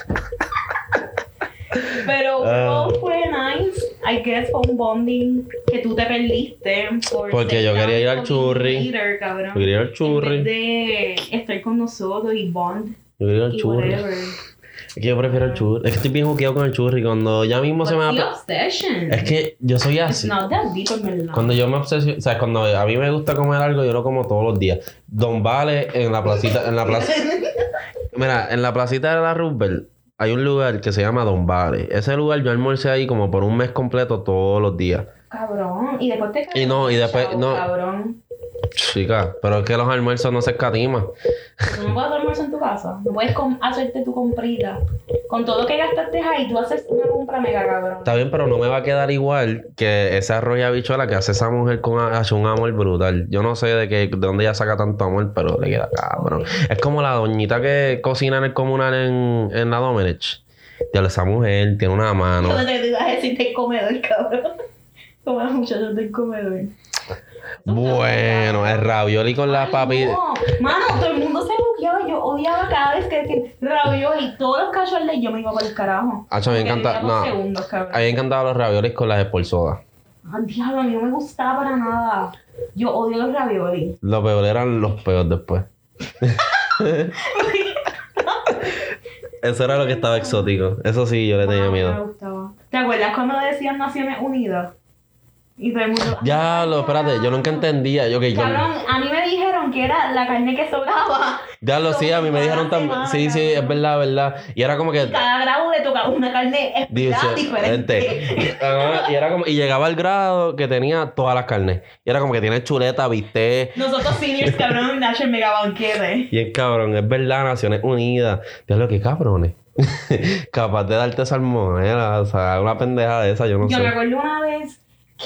Pero Ah. todo fue nice. I guess fue un bonding que tú te perdiste. Por Porque ser yo tan quería ir al fucking churri. hater, cabrón. Yo quería ir al En churri. vez de estar con nosotros y bond Yo quería ir al y churri. whatever. Es que yo prefiero el churri. Es que estoy bien juqueado con el churri. Cuando ya mismo se me What's the va. obsession? Es que yo soy It's así. not that deep, en verdad. Cuando yo me obsesiono, o sea, cuando a mí me gusta comer algo, yo lo como todos los días. Don Vale en la placita, en la plaza. Mira, en la placita de la Roosevelt hay un lugar que se llama Don Vale. Ese lugar yo almorcé ahí como por un mes completo todos los días. Cabrón. Y después te Y no, y después- Chao, no. Cabrón. Chica, pero es que los almuerzos no se escatiman. Tú no puedes almorzar en tu casa. No puedes com- hacerte tu comprita. Con todo lo que gastaste ahí, tú haces una compra mega cabrón. Está bien, pero no me va a quedar igual que ese arroz y habichuela que hace esa mujer con hace un amor brutal. Yo no sé de, qué, de dónde ella saca tanto amor, pero le queda cabrón. Es como la doñita que cocina en el comunal en, en la Domenech. Dios, esa mujer tiene una mano. Yo te ibas a decir del comedor, cabrón. Como las muchachas del comedor. Bueno, el ravioli con las Ay, papitas. no. Mano, todo el mundo se buqueaba. Yo odiaba cada vez que decían ravioli. Todos los casuales yo me iba por el carajo. Hacho, me Porque encanta. tenía dos No. segundos, cabrón. A mí me encantaban los raviolis con las Sport Soda. Ah, diablo, a mí no me gustaba para nada. Yo odio los ravioli. Los peor eran los peores después. Eso era lo que estaba exótico. Eso sí, yo le tenía No, no me miedo. gustaba. ¿Te acuerdas cuando decían Naciones Unidas? Y todo el mundo... Ya, lo, espérate, yo nunca entendía. Yo que yo. Cabrón, a mí me dijeron que era la carne que sobraba. Ya lo sí, a mí me dijeron también. Sí, sí, es verdad, verdad. Y era como que. Cada grado le tocaba una carne Dice, especial diferente. gente. Ajá, y era como, y llegaba al grado que tenía todas las carnes. Y era como que tiene chuleta, bistec. Nosotros seniors, cabrón, Nacho el mega banquete. Y es cabrón, es verdad, Naciones Unidas. Dios lo que cabrones. Capaz de darte salmonela, o sea, una pendeja de esa, yo no Yo sé. me acuerdo una vez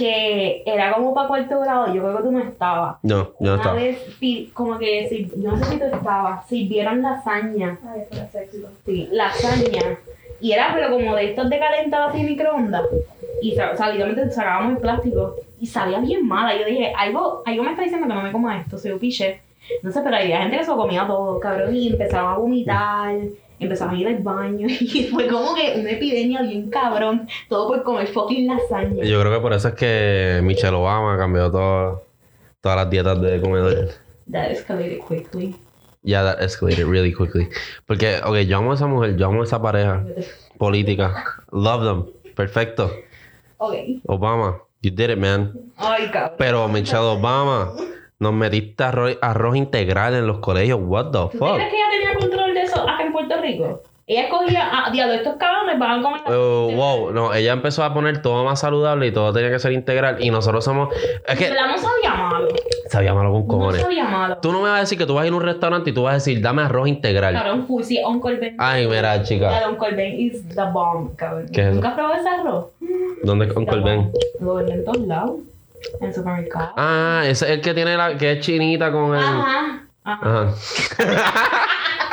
que era como para cuarto grado, yo creo que tú no estabas. No, yo no Una estaba. vez, pi- como que, si, yo no sé si tú estabas, sirvieron lasaña. Ay, eso era sexy. Sí, lasaña. Y era pero como de estos de calentado así en microondas. Y sa- o sea, literalmente sacábamos el plástico. Y sabía bien mala. Yo dije, algo, algo me está diciendo que no me coma esto, soy un piché. No sé, pero había gente que se lo comía todo, cabrón. Y empezaban a vomitar, empezaban a ir al baño. Y fue como que una epidemia bien cabrón. Todo por comer fucking lasaña. Yo creo que por eso es que Michelle Obama cambió todo, todas las dietas de comedor. That escalated quickly. Yeah, that escalated really quickly. Porque, ok, yo amo a esa mujer, yo amo a esa pareja política. Love them. Perfecto. Ok. Obama, you did it, man. Ay, cabrón. Pero Michelle Obama, nos metiste arroz, arroz integral en los colegios. What the ¿Tú fuck? crees que ella tenía control de eso acá en Puerto Rico? Ella escogía, ah, diablo, estos cabrones van a comer la- Oh, wow, no, ella empezó a poner todo más saludable y todo tenía que ser integral. Y nosotros somos. Es que ¿Verdad? No sabía malo. sabía malo con No cojones. sabía malo. Tú no me vas a decir que tú vas a ir a un restaurante y tú vas a decir, dame arroz integral. Cabrón, full, sí, Uncle Ben. Ay, mira, chica. Ya, Uncle Ben is the bomb, cabrón. ¿Qué es eso? ¿Nunca has probado ese arroz? ¿Dónde es The Uncle bomb. Ben? Lo venden en todos lados. En el supermercado. Ah, ese es el que tiene la. Que es chinita con el. Ajá. Ajá. Ajá.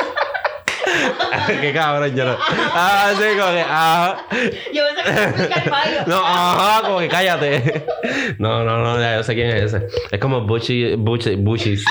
Qué cabrón, yo no. Ah, sí, como que. Ajá. Yo pensé que era un calvario. No, ajá, como que cállate. No, no, no, ya yo sé quién es ese. Es como Bushy, Bushy, Bushies.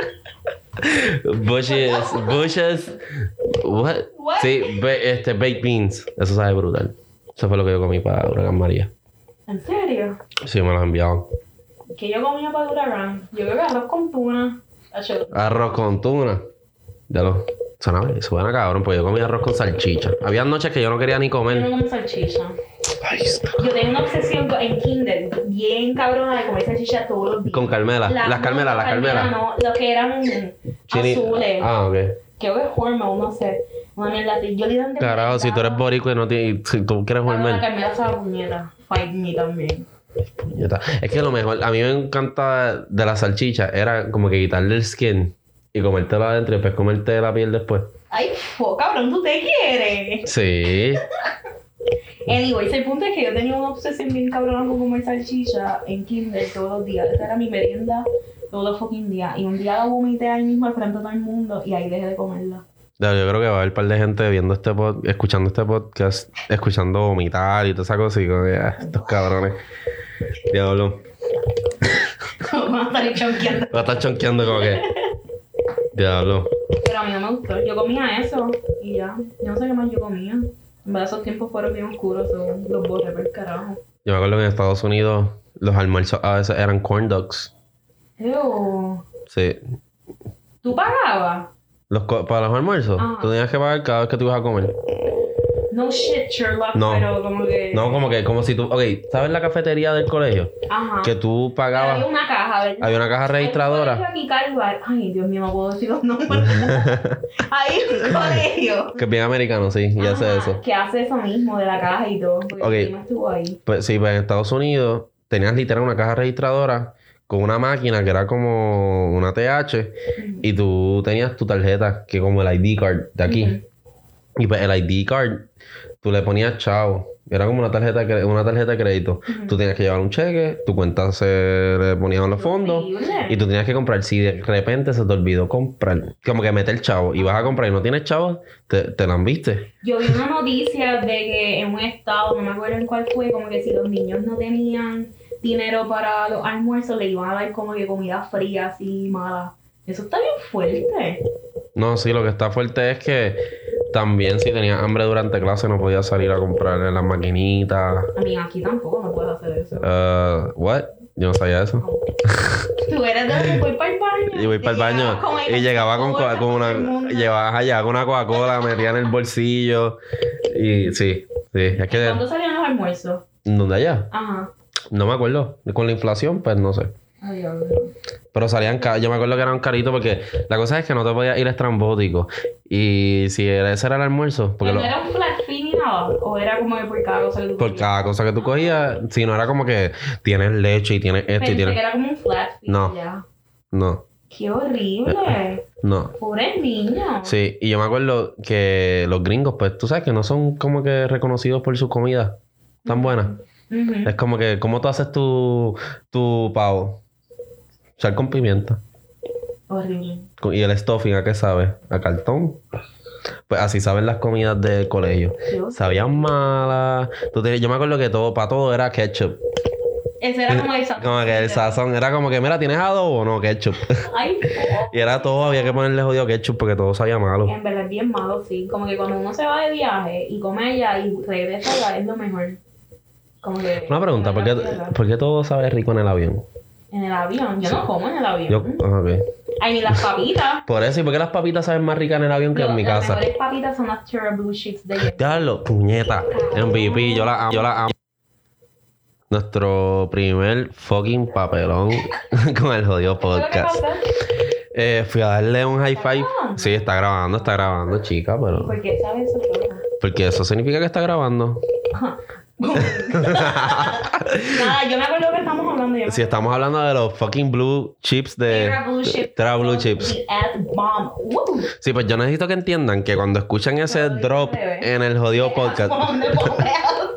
Bushes, Bushes. What? What? Sí, be- este, baked beans. Eso sabe brutal. Eso fue lo que yo comí para Huracán María. ¿En serio? Sí, me lo enviaron. ¿Qué yo comía para Huracán? Yo creo que arroz con tuna. Acho. Arroz con tuna. Ya lo. Suena, suena cabrón, pues yo comía arroz con salchicha. Había noches que yo no quería ni Yo no comer. como salchicha. Ay, está. Yo tenía una obsesión con- en Kinder, bien cabrona de comer salchicha todos los días. Con Carmela. La- las Carmelas, no, las Carmelas. No, los que eran Chini- azules. Ah, ok. Creo que es hormone, no sé. Una mierda así. Yo le dan de Carajo, si tú eres boricua y no tienes. Si tú quieres La hormel. Carmela sabe a puñeta. Fight me también. Puñeta. Es que lo mejor, a mí me encanta de la salchicha, era como que quitarle el skin y comértelo adentro y después comerte la piel después. Ay, fo, cabrón, ¿tú te quieres? Sí. Anyways, el punto es que yo tenía una obsesión bien cabrona con comer salchicha en Kinder todos los días. Esa era mi merienda todos los fucking días. Y un día la vomité ahí mismo al frente de todo el mundo y ahí dejé de comerla. Ya, yo creo que va a haber un par de gente viendo este pod, escuchando este podcast, escuchando vomitar y toda esa cosa y como que, ah, estos cabrones. Diablo. Vamos a estar chonqueando. Va a estar chonqueando como que. Diablo. Pero a mí no me gustó. Yo comía eso y ya. Yo no sé qué más yo comía. En verdad, esos tiempos fueron bien oscuros. Son los borré por el carajo. Yo me acuerdo que en Estados Unidos los almuerzos a veces eran corn dogs. Ew. Sí. ¿Tú pagabas? Los co- para los almuerzos, Ajá. tú tenías que pagar cada vez que tú ibas a comer. No shit, Sherlock, No. pero como que... No, como que, como si tú. Ok, ¿sabes la cafetería del colegio? Ajá. Que tú pagabas. Había una caja, ¿verdad? Había una caja Hay un registradora. colegio aquí, Calvar. Ay, Dios mío, no puedo decir los nombres. Hay un colegio. Que es bien americano, sí, ya sé Ajá, eso. que hace eso mismo de la caja y todo. Porque Ok. mi prima estuvo ahí. Pues sí, pues en Estados Unidos tenías literal una caja registradora con una máquina que era como una T H y tú tenías tu tarjeta, que como el I D card de aquí. Ujú. Y pues el I D card, tú le ponías chavo. Era como una tarjeta de, cre- una tarjeta de crédito. Ujú. Tú tenías que llevar un cheque, tu cuenta se le ponían los fondos. Horrible. Y tú tenías que comprar. Si de repente se te olvidó comprar, como que meter chavo y vas a comprar y no tienes chavo, te, te la han viste. Yo vi una noticia de que en un estado, no me acuerdo en cuál fue, como que si los niños no tenían dinero para los almuerzos, le iban a dar como que comida fría así mala. Eso está bien fuerte. No, sí, lo que está fuerte es que también si tenías hambre durante clase no podías salir a comprar en las maquinitas. A mí aquí tampoco no puedo hacer eso. Uh, what? Yo no sabía eso. Tú eres de que voy para el baño. Y voy para el baño y llegaba con, co- con una... Llevabas allá con una Coca-Cola, metía en el bolsillo. Y sí, sí. Es que... ¿Cuándo salían los almuerzos? ¿Dónde allá? Ajá. No me acuerdo. Con la inflación, pues no sé. Ay, Dios mío. Pero salían caros. Yo me acuerdo que eran caritos porque la cosa es que no te podías ir estrambótico. Y si era, ese era el almuerzo. Porque ¿No lo- era un flat fee ni nada? ¿O era como que por cada cosa que tú por cogías? cada cosa que tú cogías, si no era como que tienes leche y tienes esto Pensé y tienes. que era como un flat fee. No. Ya. No, ¡Qué horrible! no. Pobre niño. Sí, y yo me acuerdo que los gringos, pues tú sabes que no son como que reconocidos por su comida tan buena. Ujú. Es como que, ¿cómo tú haces tu, tu pavo? Sal con pimienta. Horrible. Con- Y el stuffing, ¿a qué sabe? ¿A cartón? Pues así saben las comidas del colegio. Dios. Sabían malas. Tú te- yo me acuerdo que todo, para todo era ketchup. Ese era como el sazón. Como que el sazón era como que, mira, ¿tienes adobo o no? Ketchup. Ay, no. Y era todo, había que ponerle jodido ketchup porque todo sabía malo. En verdad es bien malo, sí. Como que cuando uno se va de viaje y come allá y regresa allá es lo mejor. Como que... Una pregunta, ¿por qué, ¿por qué todo sabe rico en el avión? En el avión. Yo no como en el avión. Yo, ah, ok. Ay, ni las papitas. Por eso, ¿y por qué las papitas saben más ricas en el avión que Lo- en mi las casa? mejores papitas son las Terra Blue Chips de ellos. Diablo, puñeta. M V P, yo la amo. Yo la amo. Nuestro primer fucking papelón con el jodido ¿Qué es lo que podcast. pasa? Eh, fui a darle un high ¿Está five. grabando? Sí, está grabando, está grabando, chica, pero. ¿Por qué sabes eso? Porque eso significa que está grabando. Nada, yo me acuerdo que estamos hablando. Yo me Si estamos hablando de los fucking blue chips de. Terra Blue Chips. Terra Blue son Chips. the ad bomb. Woo. Sí, pues yo necesito que entiendan que cuando escuchan ese No, drop dice bebé. en el jodido Ad podcast. bomb de popeas.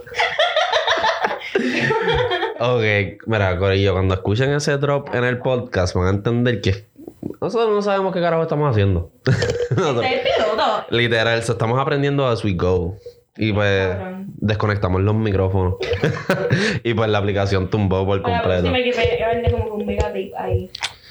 Ok, mira, Corillo, cuando escuchen ese drop en el podcast van a entender que nosotros no sabemos qué carajo estamos haciendo. Nosotros- Este es el piloto. Literal, eso, estamos aprendiendo as we go. Y pues Cabrón. desconectamos los micrófonos. Y pues la aplicación tumbó por Para la completo. próxima hay que pegarle como un mega tape ahí.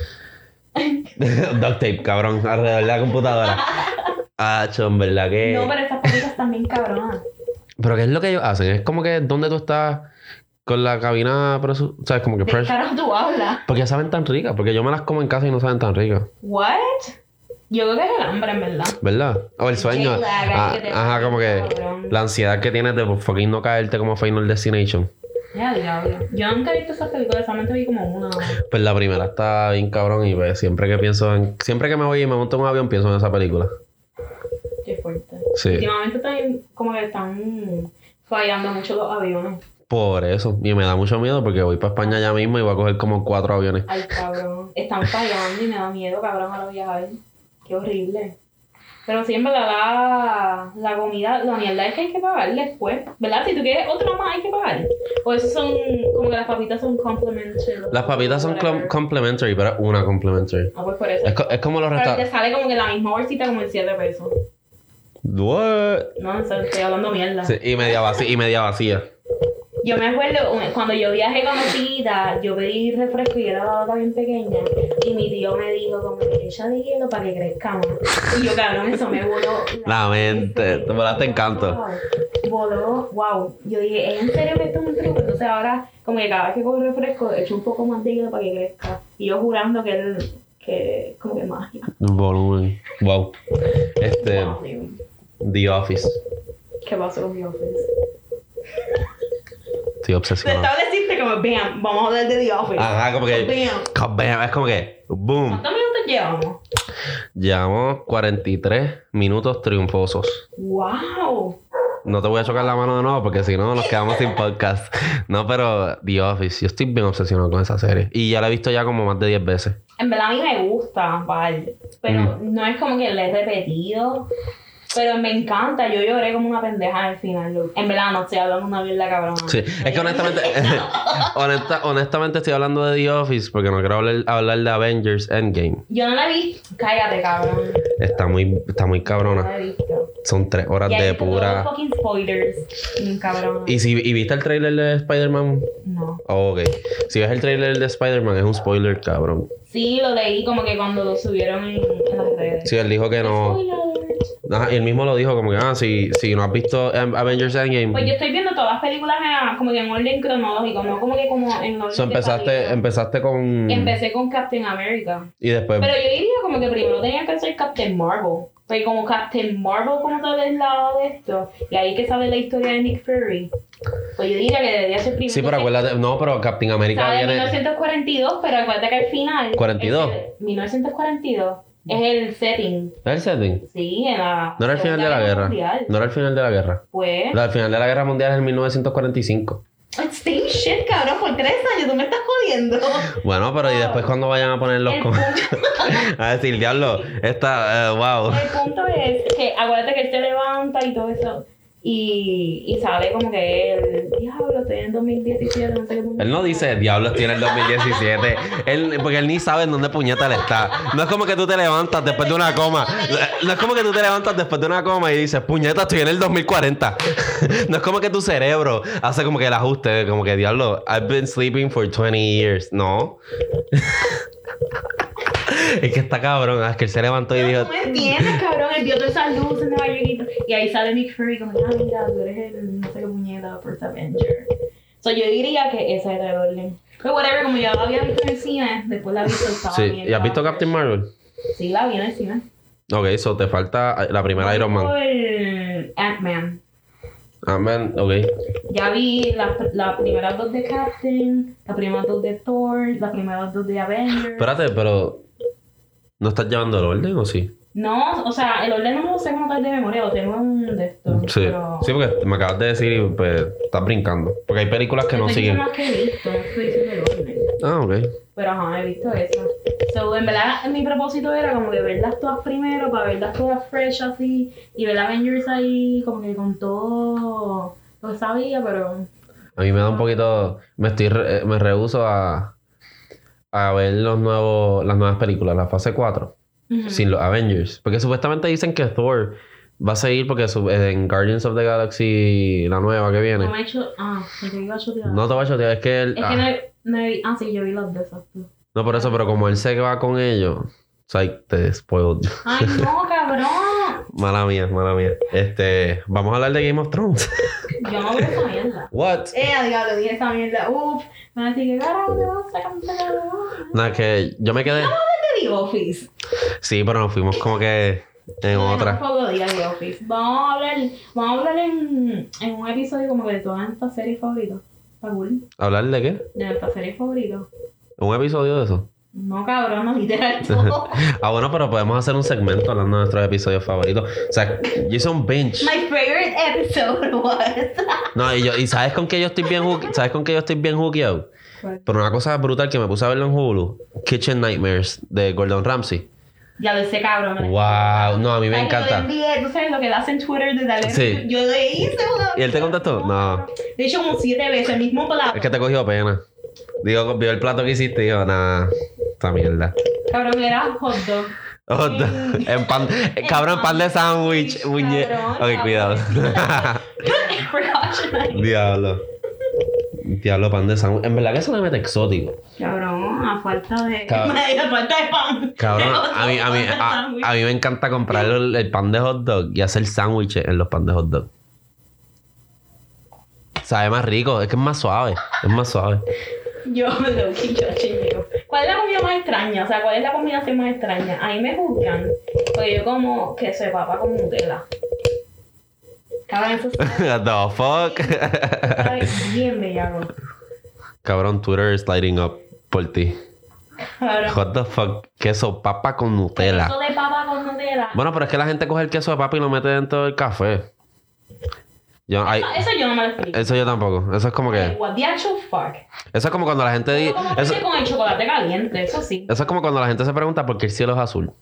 Duct tape, cabrón, alrededor de la computadora. Ah, en verdad que. No, pero estas papitas también cabronas. Pero ¿qué es lo que ellos hacen? Es como que donde tú estás con la cabina, pero eso- ¿sabes? Como que ¿De qué fresh. carajo tú hablas? ¿Por qué saben tan ricas? Porque yo me las como en casa y no saben tan ricas. ¿What? Yo creo que es el hambre, en verdad. ¿Verdad? O el sueño. Jet lag, Ah, ahí que te ajá, como que cabrón. la ansiedad que tienes de fucking no caerte como Final Destination. Ya, diablo. Yo nunca he visto esas películas, solamente vi como una. Pues la primera está bien cabrón y pues siempre que pienso en... Siempre que me voy y me monto en un avión pienso en esa película. Qué fuerte. Sí. Últimamente también como que están fallando mucho los aviones. Por eso. Y me da mucho miedo porque voy para España ya mismo y voy a coger como cuatro aviones. Ay, cabrón. Están fallando y me da miedo, cabrón, a la viajar. Qué horrible. Pero sí, en verdad, la, la comida, la mierda es que hay que pagar después. ¿Verdad? Si tú quieres otro más, hay que pagar. O eso son, como que las papitas son complementary. Las papitas son whatever. com- complementary, pero una complementary. Ah, pues por eso. Es, co- es como los Pero te restaurantes. sale como que la misma bolsita como en siete pesos. What? No, en serio, estoy hablando mierda. Sí, y media vacía. Y media vacía. Yo me acuerdo, un- cuando yo viajé con mi tita, yo pedí refresco y era la lata bien pequeña. Y mi tío me dijo como que echa de hielo para que crezca más. Y yo, cabrón, eso me voló La mente. Te volaste en canto. Voló, wow. Yo dije, ¿es en serio que esto es un truco? Entonces ahora, como que cada vez que cojo refresco, echo un poco más de hielo para que crezca. Y yo jurando que él, que como que magia. Volumen. Wow. Este. Wow, tío. The Office. ¿Qué pasó con mi office? Estoy Te obsesionado. estableciste como, bam, vamos a hablar de The Office. Ajá, como que. Bam. Bam, es como que. Boom. ¿Cuántos minutos llevamos? Llevamos cuarenta y tres minutos triunfosos. ¡Wow! No te voy a chocar la mano de nuevo porque si no nos quedamos sin podcast. No, pero The Office. Yo estoy bien obsesionado con esa serie. Y ya la he visto ya como más de diez veces. En verdad a mí me gusta, vale. Pero Mm. no es como que la he repetido. Pero me encanta. Yo lloré como una pendeja al final. loco. En verdad no estoy hablando una mierda cabrona. Sí, es que honestamente, honesta- honestamente estoy hablando de The Office porque no quiero hablar, hablar de Avengers Endgame. Yo no la vi. Cállate, cabrón. Está muy, está muy No cabrona. la he visto. Son tres horas Y ahí de están todos pura... los fucking spoilers. Mm, cabrón. ¿Y, si, ¿Y viste el trailer de Spider-Man? No. Oh, ok. Si ves el trailer de Spider-Man, es un spoiler, cabrón. Sí, lo leí como que cuando lo subieron en, en las redes. Sí, él dijo que no... Spoiler alert. Ajá, y él mismo lo dijo, como que, ah, si, si no has visto um, Avengers Endgame... Pues yo estoy viendo todas las películas en, como que en orden cronológico, no como que como en orden So, de empezaste, salida. empezaste con... Empecé con Captain America. Y después... Pero yo diría como que primero tenía que ser Captain Marvel. Porque como Captain Marvel como tal es la de esto, y ahí que sabe la historia de Nick Fury, pues yo diría que debería ser primero. Sí, pero acuérdate... No, pero Captain America Sabe de viene... mil novecientos cuarenta y dos, pero acuérdate que al final... ¿cuarenta y dos? ese- mil novecientos cuarenta y dos es el setting. ¿Es el setting? Sí, en la... No era el final de la Segunda guerra. Mundial. No era el final de la guerra. Pues... La- El final de la guerra mundial es en mil novecientos cuarenta y cinco. Same shit, cabrón, por tres años, tú me estás jodiendo. Bueno, pero y después cuando vayan a poner los... El com- punto- a decir, diablo, esta... eh, wow. El punto es que acuérdate que él se levanta y todo eso. Y, y sale como que él, diablo, estoy en dos mil diecisiete, no sé qué. Él no dice, diablo, estoy en el dos mil diecisiete. Él, porque él ni sabe en dónde puñeta él está. No es como que tú te levantas después de una coma. No es como que tú te levantas después de una coma y dices, puñeta, estoy en el dos mil cuarenta. No es como que tu cerebro hace como que el ajuste, como que, diablo, I've been sleeping for twenty years. No. Es que está cabrón, es que él se levantó y dijo... No me entiendes, cabrón, él vio todas esas luces de Nueva York y ahí sale Nick Fury como, ah, mira, tú eres el, no sé qué puñeta, First Avenger. So yo diría que ese era el orden. Pero whatever, como yo la había visto en el cine, después la he visto estaba Sí, bien, ¿y has visto estaba Captain fresh. Marvel? Sí, la vi en el cine. Ok, eso te falta la primera Iron Man. Por Ant-Man. Ah, man, ok. Ya vi las la primeras dos de Captain, las primeras dos de Thor, las primeras dos de Avengers. Espérate, pero... ¿No estás llevando el orden o sí? No, o sea, el orden no me lo sé como tal de memoria, lo tengo en de esto. Sí, pero... sí, porque me acabas de decir y pues estás brincando. Porque hay películas que no Estoy siguen. diciendo más que he visto, no estoy diciendo el orden. Ah, ok. Pero ajá, he visto eso. So, en verdad, mi propósito era como que verlas todas primero, para verlas todas fresh así, y ver Avengers ahí como que con todo lo que sabía, pero... A mí me da un poquito... Me estoy re- me rehúso a... A ver los nuevos... Las nuevas películas, la fase cuatro. Ujú. Sin los Avengers. Porque supuestamente dicen que Thor va a seguir porque su- en Guardians of the Galaxy, la nueva que viene. No me he hecho... Ah, pensé que iba a chotear. No te voy a chotear, es que él... Es ah, que no he, no he... Ah, sí, yo vi las de esas. tú. no, por eso, pero como él se va con ellos... O sea, te spoiled. Ay, no, cabrón. Mala mía, mala mía. Este... Vamos a hablar de Game of Thrones. Yo no veo esa mierda. What? Eh, diablo, dije esa mierda. Uf, me van a decir que carajo te vas a cantar. Nada, que yo me quedé... ¿De The Office? Sí, pero nos fuimos como que en No, otra. No puedo decir The Office. Vamos a hablar, vamos a hablar en, en un episodio como que de todas nuestras series favoritas. Está cool. ¿Hablar de qué? De nuestras series favoritas. ¿Un episodio de eso? No, cabrón, no literal todo. Ah, bueno, pero podemos hacer un segmento hablando de nuestros episodios favoritos. O sea, yo hice un binge. My favorite episode was... No, y yo, ¿y sabes con qué yo estoy bien hook- ¿Sabes con qué yo estoy bien hookeado? ¿Cuál? Pero una cosa brutal que me puse a verlo en Hulu. Kitchen Nightmares de Gordon Ramsay. Ya lo sé, cabrón. me- Wow, no, a mí me Ay, yo le encanta. envié, tú sabes lo que le hacen en Twitter de darle. Sí. Yo le hice una. ¿Y él te contestó? No. De hecho, como siete veces, el mismo plato. Es que te cogió pena. Digo, vio el plato que hiciste y dijo, nada, esta mierda. Cabrón, era hot dog. Oh, en pan, eh, cabrón, pan de sándwich. muñe- Cabrón, Ok, cabrón. cuidado. Precaution. Diablo. Diablo, pan de sándwich. En verdad que eso me mete exótico. Cabrón, a falta de. Cabrón. A falta de pan. Cabrón, a mí, a mí, a, a mí me encanta comprar el, el pan de hot dog y hacer sándwiches en los pan de hot dog. Sabe más rico, es que es más suave. Es más suave. Yo me lo que yo chingo. ¿Cuál es la comida más extraña? O sea, ¿cuál es la combinación más extraña? A mí me juzgan. Porque yo como queso de papa con Nutella. Cabrón, eso What the fuck? sabe bien bellaco. Cabrón, Twitter is lighting up por ti. Cabrón. What the fuck? Queso papa con Nutella. Queso de papa con Nutella. Bueno, pero es que la gente coge el queso de papa y lo mete dentro del café. Yo, ay, Eso yo no me lo explico. eso yo tampoco. Eso es como que... What the actual fuck? Eso es como cuando la gente dice... Como Eso, viene con el chocolate caliente, eso sí. eso es como cuando la gente se pregunta por qué el cielo es azul.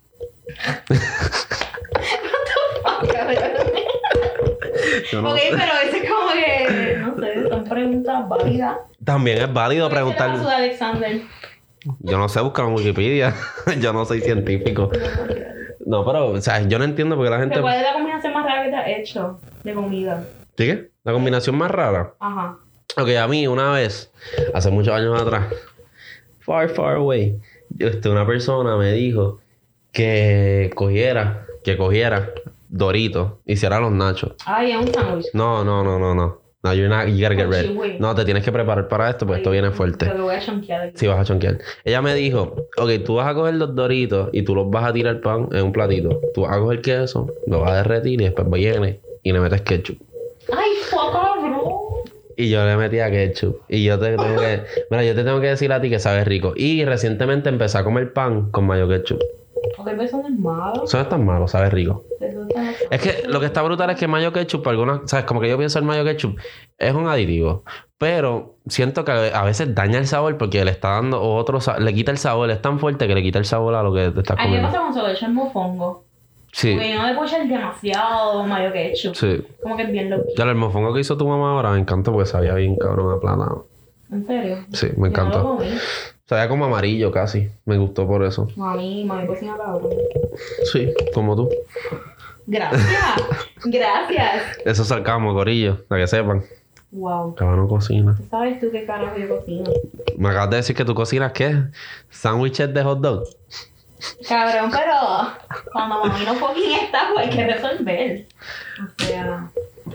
Fuck, cabrón. Yo no Ok, sé. pero eso es como que, no sé, son preguntas válidas. También es válido ¿Qué le preguntar... pasó a Alexander? Yo no sé buscar en Wikipedia. Yo no soy científico. No, pero, o sea, yo no entiendo por qué la gente... ¿Pero ¿Cuál es la combinación más rara rara que te has hecho de comida? ¿Sí qué? La combinación más rara. Ajá. Ok, a mí una vez, hace muchos años atrás, far, far away, este, una persona me dijo que cogiera, que cogiera Doritos, hiciera los nachos. Ay, es un sándwich. No, no, no, no, no. No, you're not, you gotta get Oh, ready. chihui. No, te tienes que preparar para esto porque esto viene fuerte. Te lo voy a chonquear aquí. Sí, vas a chonquear. Ella me dijo, ok, tú vas a coger los Doritos y tú los vas a tirar pan en un platito. Tú vas a coger queso, lo vas a derretir y después vienes y le metes ketchup. Ay, fue cabrón. Y yo le metía ketchup. Y yo te tengo que... Mira, yo te tengo que decir a ti que sabe rico. Y recientemente empecé a comer pan con mayo ketchup. Ok, pero eso no es malo. Eso no es tan malo, sabe rico. Eso está... Es que lo que está brutal es que mayo ketchup, algunas... ¿Sabes? Como que yo pienso el mayo ketchup es un aditivo. Pero siento que a veces daña el sabor porque le está dando otro... sa- Le quita el sabor. Es tan fuerte que le quita el sabor a lo que te estás A mí me comiendo. pasa con solo hecho el mofongo. Sí. Porque no le puedo echar demasiado mayo ketchup. Sí. Como que es bien loco. Ya el mofongo que hizo tu mamá ahora me encantó porque sabía bien cabrón a plátano. ¿En serio? Sí, me Yo no lo encantó. comí. Sabía como amarillo casi. Me gustó por eso. Mami, mami cocina cabrón. Sí, como tú. Gracias. Gracias. Eso sacamos, gorillo, para que sepan. Wow. Cabano cocina. ¿Sabes tú qué carajo yo cocino? Me acabas de decir que tú cocinas, ¿qué? ¿Sándwiches de hot dog? Cabrón, pero cuando mami no fucking está, pues hay que resolver. O sea,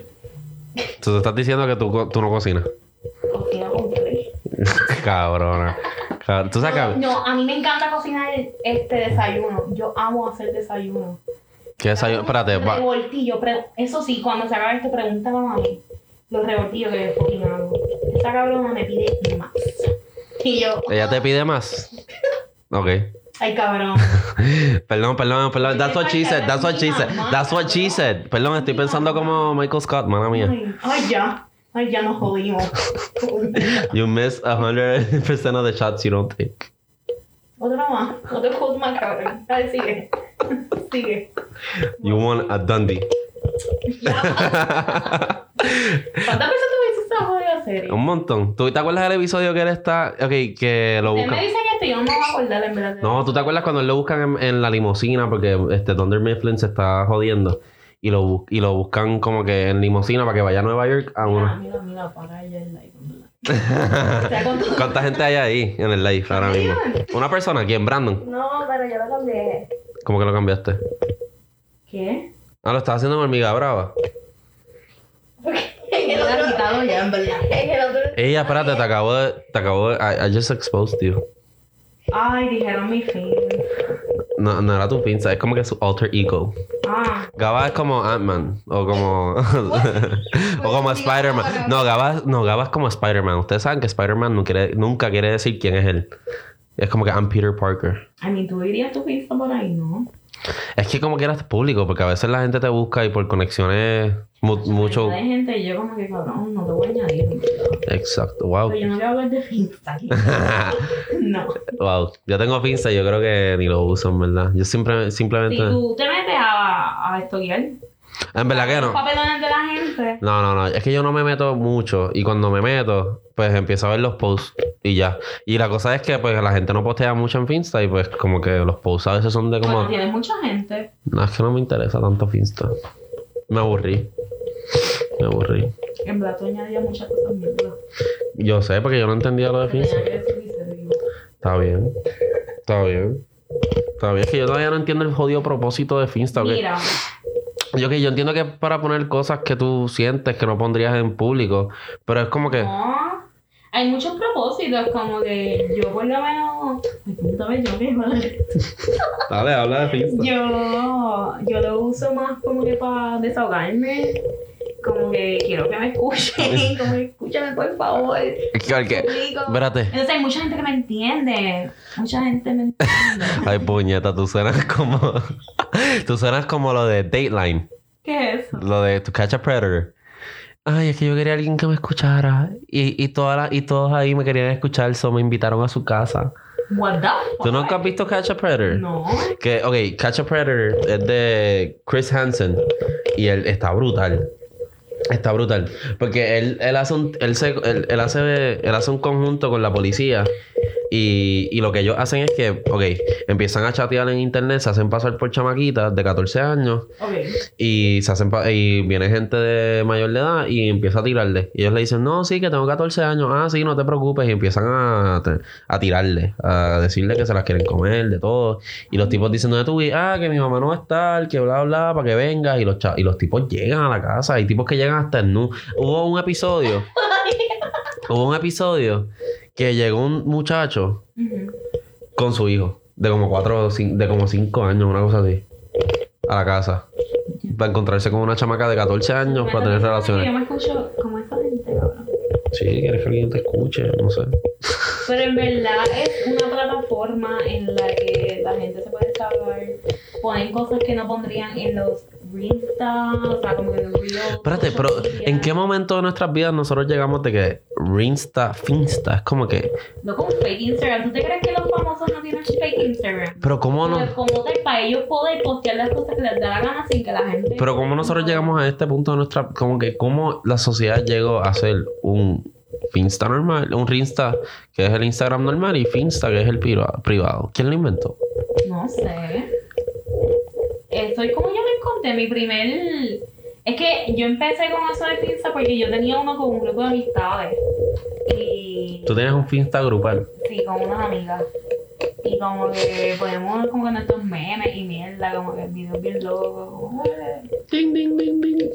Tú te estás diciendo que tú, co- tú no cocinas. cocina con tres. Cabrona. Cab- Tú sabes que... No, a mí me encanta cocinar este desayuno. Yo amo hacer desayuno. ¿Qué desayuno? Espérate, va. Revoltillo. Pre- Eso sí, cuando se acabe esto, pregúntame a mami los revoltillos que yo fucking hago. Esa cabrona me pide más. Y yo, ¿Ella te pide más? Ok. ay cabrón. Perdón, perdón, perdón. That's what she said. That's what she said. That's what she said. Perdón, estoy pensando como Michael Scott, mala mía. Ay, ay, ya. Ay, ya nos jodimos. You miss one hundred percent of the shots you don't take. Otra más. No te jodas más, cabrón. Dale, sigue. Sigue. You want a Dundee. ¿Cuántas veces tuviste esa jodida serie? Un montón. ¿Tú te acuerdas del episodio que él está... Ok, que lo Ustedes buscan... me dicen esto y yo no me voy a acordar en verdad. No, ¿tú te acuerdas cuando él lo buscan en, en la limusina? Porque este Dunder Mifflin se está jodiendo. Y lo, bu- y lo buscan como que en limusina para que vaya a Nueva York a Mira, una... mira, mira, para allá el live. O sea, ¿cuánto- ¿Cuánta gente hay ahí en el live ahora mismo? Una persona, ¿quién? Brandon. No, pero yo lo cambié. ¿Cómo que lo cambiaste? ¿Qué? Ah, lo estás haciendo en hormiga brava. En el Me lo he otro, quitado ya, en verdad. en el otro. Ella, espérate, te acabo de... Te acabo de... I, I just exposed you. Ay, dijeron mi fin. No, no era tu pinza, es como que su alter ego. Ah. Gaba es como Ant-Man. O como... o como Spider-Man. No, Gaba, no, Gaba es como Spider-Man. Ustedes saben que Spider-Man no quiere, nunca quiere decir quién es él. Es como que I'm Peter Parker. I mean, tú dirías tu pista por ahí, ¿no? Es que como quieras público, porque a veces la gente te busca y por conexiones mu- mucho... Hay gente y yo como que, cabrón, no te voy a añadir. en verdad. Exacto, wow. Pero yo no voy a hablar de Finsta aquí. No. Wow, yo tengo Finsta y yo creo que ni lo uso, en verdad. Yo siempre, simplemente... Si tú te metes a, a estudiar En verdad que los no. papelones de la gente, No, no, no. Es que yo no me meto mucho. Y cuando me meto, pues empiezo a ver los posts y ya. Y la cosa es que pues la gente no postea mucho en Finsta y pues como que los posts a veces son de como... bueno, tienes mucha gente. No, es que no me interesa tanto Finsta. Me aburrí. Me aburrí. En verdad, tú añadías muchas cosas mierda. Yo sé, porque yo no entendía lo de Tenía Finsta. que decir y se digo. Está bien. Está bien. Está bien. Es que yo todavía no entiendo el jodido propósito de Finsta. ¿Ok? Mira, Yo que yo entiendo que es para poner cosas que tú sientes que no pondrías en público. Pero es como que... no. Hay muchos propósitos, como que yo por lo menos. Ay, puta vez, yo qué madre. Dale, habla de Finsta. Yo, yo lo uso más como que para desahogarme. Como que quiero que me escuchen. Como que escúchame, por favor. Es que, que- Suplico. espérate. Entonces hay mucha gente que me entiende. Mucha gente me entiende. Ay, puñeta, tú suenas como... tú suenas como lo de Dateline. ¿Qué es eso? Lo de To Catch a Predator. Ay, es que yo quería a alguien que me escuchara. Y, y, toda la- y todos ahí me querían escuchar, so me invitaron a su casa. What the fuck? ¿Tú nunca has visto Catch a Predator? No. Que, ok, Catch a Predator es de Chris Hansen. Y él está brutal. Está brutal. Porque él, él hace un... Él, se, él, él hace, él hace un conjunto con la policía. Y, y lo que ellos hacen es que, ok, empiezan a chatear en internet, se hacen pasar por chamaquitas de catorce años. Ok. Y se hacen pa- y viene gente de mayor de edad y empieza a tirarle. Y ellos le dicen, no, sí, que tengo catorce años. Ah, sí, no te preocupes. Y empiezan a, a tirarle, a decirle que se las quieren comer, de todo. Y los tipos dicen, ¿dónde tú vives? Ah, que mi mamá no va a estar, que bla, bla, para que vengas. Y los, cha- y los tipos llegan a la casa. Hay tipos que llegan hasta el nu. Hubo un episodio. hubo un episodio que llegó un muchacho Ujú. con su hijo. De como cuatro, o cin- de como cinco años, una cosa así. A la casa. Para encontrarse con una chamaca de catorce años para tener relaciones. Yo me escucho como esa gente, cabrón. Sí, quieres que alguien te escuche, no sé. Pero en verdad es una plataforma en la que la gente se puede desahogar. Ponen cosas que no pondrían en los Insta, o sea, como que en los Reels. Espérate, pero ¿en qué momento de nuestras vidas nosotros llegamos de que Rinsta, Finsta? Es como que... No como fake Instagram. ¿Tú te crees que los famosos no tienen fake Instagram? Pero ¿cómo no? Como, como tal, para ellos poder postear las cosas que les da la gana sin que la gente... Pero ¿cómo nosotros llegamos a este punto de nuestra... Como que cómo la sociedad llegó a ser un Finsta normal, un Rinsta, que es el Instagram normal, y Finsta, que es el priva- privado? ¿Quién lo inventó? No sé. Eso es como yo me encontré mi primer... Es que yo empecé con eso de Finsta porque yo tenía uno con un grupo de amistades. Y... Tú tienes un Finsta grupal. Sí, con unas amigas. Y como que ponemos como que nuestros memes y mierda, como que videos bien locos. como, "Eh". Ding, ding, ding, ding.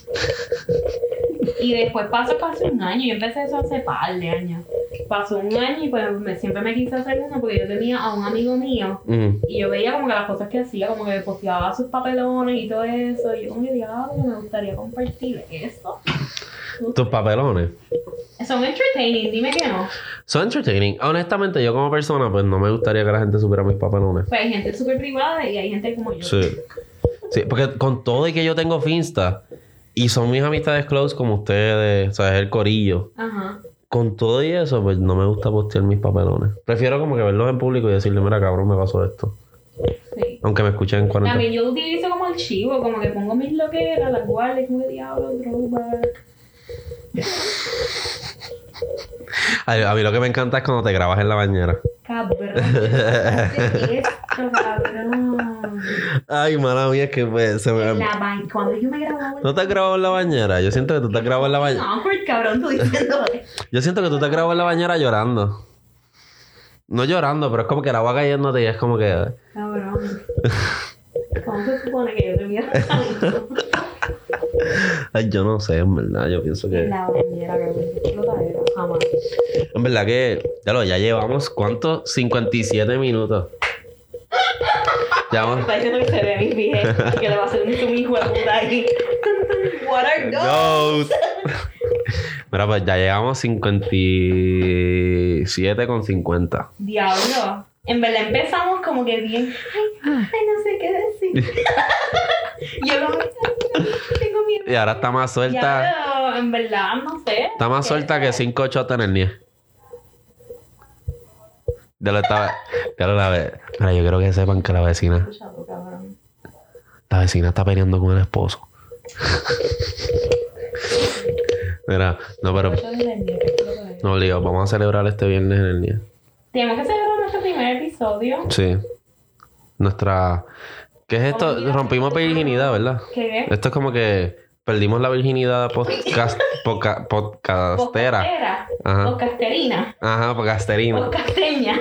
Y después pasó casi un año. Yo empecé eso hace par de años. Pasó un año y pues me- siempre me quise hacer uno porque yo tenía a un amigo mío. Mm. Y yo veía como que las cosas que hacía, como que posteaba sus papelones y todo eso. Y yo como que diablo, me gustaría compartir eso. Tus papelones. Son entertaining, dime que no. Son entertaining. Honestamente, yo como persona, pues no me gustaría que la gente supiera mis papelones. Pues hay gente súper privada y hay gente como yo. Sí. Sí, porque con todo y que yo tengo Finsta y son mis amistades close como ustedes, o sea, es el corillo. Ajá. Con todo y eso, pues no me gusta postear mis papelones. Prefiero como que verlos en público y decirle, mira, cabrón, me pasó esto. Sí. Aunque me escuchen en cuarenta. También yo lo utilizo como archivo, como que pongo mis loqueras, las guardo, y como que diablo, throwback. Ay, a mí lo que me encanta es cuando te grabas en la bañera. Cabrón. ¿Qué es esto, cabrón? Ay, mala mía, es que pues, se me... En la ba- Cuando yo me grababa. ¿No te has grabado en la bañera? Yo siento que tú te has grabado en la bañera. No, por cabrón, tú diciendo. Yo siento que tú te has grabado en la bañera llorando. No llorando, pero es como que el agua cayéndote y es como que... Cabrón. ¿Cómo se supone que yo te miro tanto? Ay, yo no sé, en verdad. Yo pienso que... En la bañera, cabrón. Explotadera, jamás. En verdad que... Ya lo, ya llevamos, ¿cuántos? cincuenta y siete minutos. Ya vamos... Está diciendo que se ve mi pie. Que le va a hacer un zoom hijo de puta ahí. What are those? Ghost. Mira, pues ya llegamos cincuenta y siete con cincuenta. Diablo. En verdad empezamos como que bien. Ay, ay, no sé qué decir. Yo como tengo miedo. Y ahora está más suelta. Diablo, en verdad, no sé. Está más suelta que cinco chotas en el nie. Ya lo estaba... Ya lo la ve. Mira, yo quiero que sepan que la vecina... Escuchado, cabrón. La vecina está peleando con el esposo. Mira, no, pero... Escuchado de la nieve, que es lo que es. No, Lío, vamos a celebrar este viernes en el nie. Tenemos que celebrar nuestro primer episodio. Sí. Nuestra... ¿Qué es esto? Rompimos virginidad, ¿verdad? ¿Qué? Esto es como que perdimos la virginidad podcast, podca- podcastera. Podcastera. Ajá. Podcasterina. Ajá, podcasterina. Podcasteña.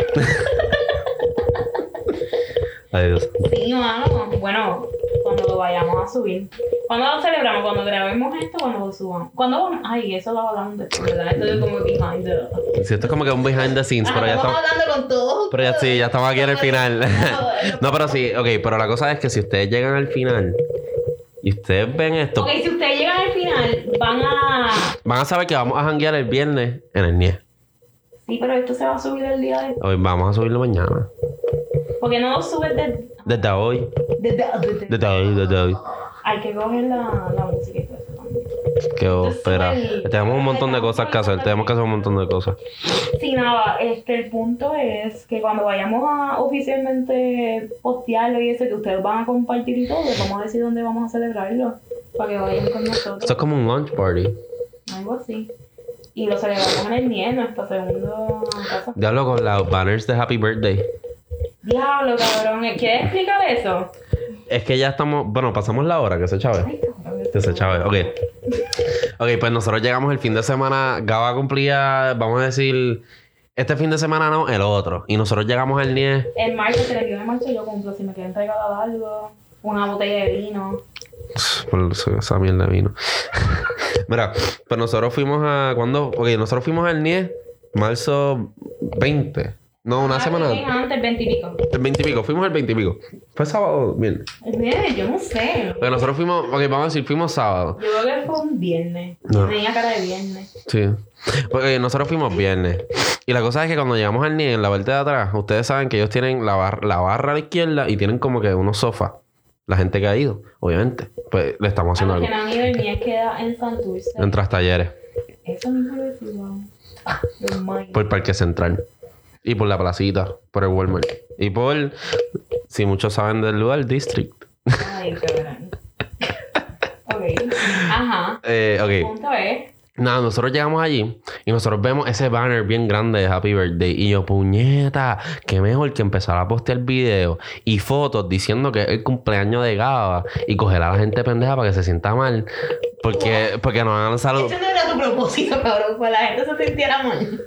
Adiós. Sí, mano. Bueno, cuando lo vayamos a subir. ¿Cuándo lo celebramos? Cuando grabemos esto, cuando lo subamos. ¿Cuándo vamos? Ay, eso lo hablamos después, ¿verdad? Esto es como behind the... Sí, esto es como que un behind the scenes, pero ya estamos estamos... hablando con todos. Pero ya sí, ya estamos aquí en el final. No, pero sí, ok, pero la cosa es que si ustedes llegan al final y ustedes ven esto, Ok, si ustedes llegan al final, van a... van a saber que vamos a janguear el viernes en el nie. Sí, pero esto se va a subir el día de... Hoy vamos a subirlo mañana. Porque no lo subes de... Desde hoy. Desde... desde- Desde hoy, desde hoy. Hay que coger la, la música y todo eso también. Que oh, espera. el- Tenemos un montón de cosas que hacer. Tenemos que hacer un montón de cosas. Sí, nada, este, el punto es que cuando vayamos a oficialmente postearlo y eso, que ustedes van a compartir y todo, les vamos a decir dónde vamos a celebrarlo, para que vayan con nosotros, Esto es como un lunch party. algo así. Y lo celebramos en el N I E, nuestra segunda casa. Diablo, con los banners de Happy Birthday. Diablo, cabrón. ¿Quieres explicar eso? Es que ya estamos... Bueno, pasamos la hora, que se chave. Ay, cabrón. Que se chave, ok. Ok, pues nosotros llegamos el fin de semana... Gaba cumplía, vamos a decir... Este fin de semana no, el otro. Y nosotros llegamos al N I E... En marzo, treinta y uno de marzo, yo cumplo. Si me quieren regalar algo, una botella de vino. Por esa mierda de vino. Mira, pues nosotros fuimos a... ¿Cuándo? Ok, nosotros fuimos al N I E... Marzo veinte. No, una Ah, semana sí, antes, el veinte y pico. El veinte y pico. Fuimos el veinte y pico. Fue sábado, bien. Mire, yo no sé. Porque nosotros fuimos... Ok, vamos a decir, fuimos sábado. Yo creo que fue un viernes. No. Tenía cara de viernes. Sí. Porque nosotros fuimos viernes. Y la cosa es que cuando llegamos al N I E, en la parte de atrás, ustedes saben que ellos tienen la, bar la barra a la izquierda y tienen como que unos sofás. La gente que ha ido, obviamente. Pues le estamos haciendo A los algo. que no han ido, el N I E queda en Santurce. En tras talleres. Eso mismo lo decía. Ah, Dios mío. Por el Parque Central. Y por la placita. Por el Walmart. Y por... Si muchos saben del lugar, District. Ay, cabrón. Ok. Ajá. Eh, El ok. punto es... Nada, nosotros llegamos allí y nosotros vemos ese banner bien grande de Happy Birthday. Y yo, puñeta, qué mejor que empezar a postear videos y fotos diciendo que es el cumpleaños de Gaba y coger a la gente pendeja para que se sienta mal. Porque, porque nos hagan salud. Ese no era tu propósito, cabrón. Que la gente se sintiera mal.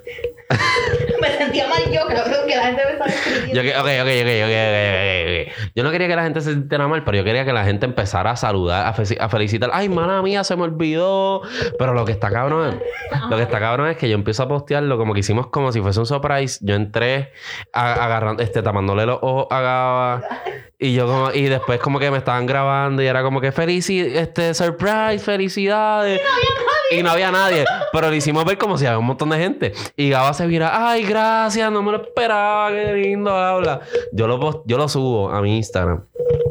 Me sentía mal yo, cabrón, que la gente me estaba escribiendo. Yo, que- ok, ok, ok, ok, ok, ok. Yo no quería que la gente se sintiera mal, pero yo quería que la gente empezara a saludar, a, fe- a felicitar. Ay, mala mía, se me olvidó. Pero lo que está cabrón es, lo que está cabrón es que yo empiezo a postearlo como que hicimos como si fuese un surprise. Yo entré a- agarrando, este, tapándole los ojos a Gaba. Y yo como, y después como que me estaban grabando y era como que felici este surprise, felicidades. Y no había nadie. Pero lo hicimos ver como si había un montón de gente. Y Gaba se mira, ay, gracias, no me lo esperaba, qué lindo, habla. Yo lo, post- yo lo subo a mi Instagram.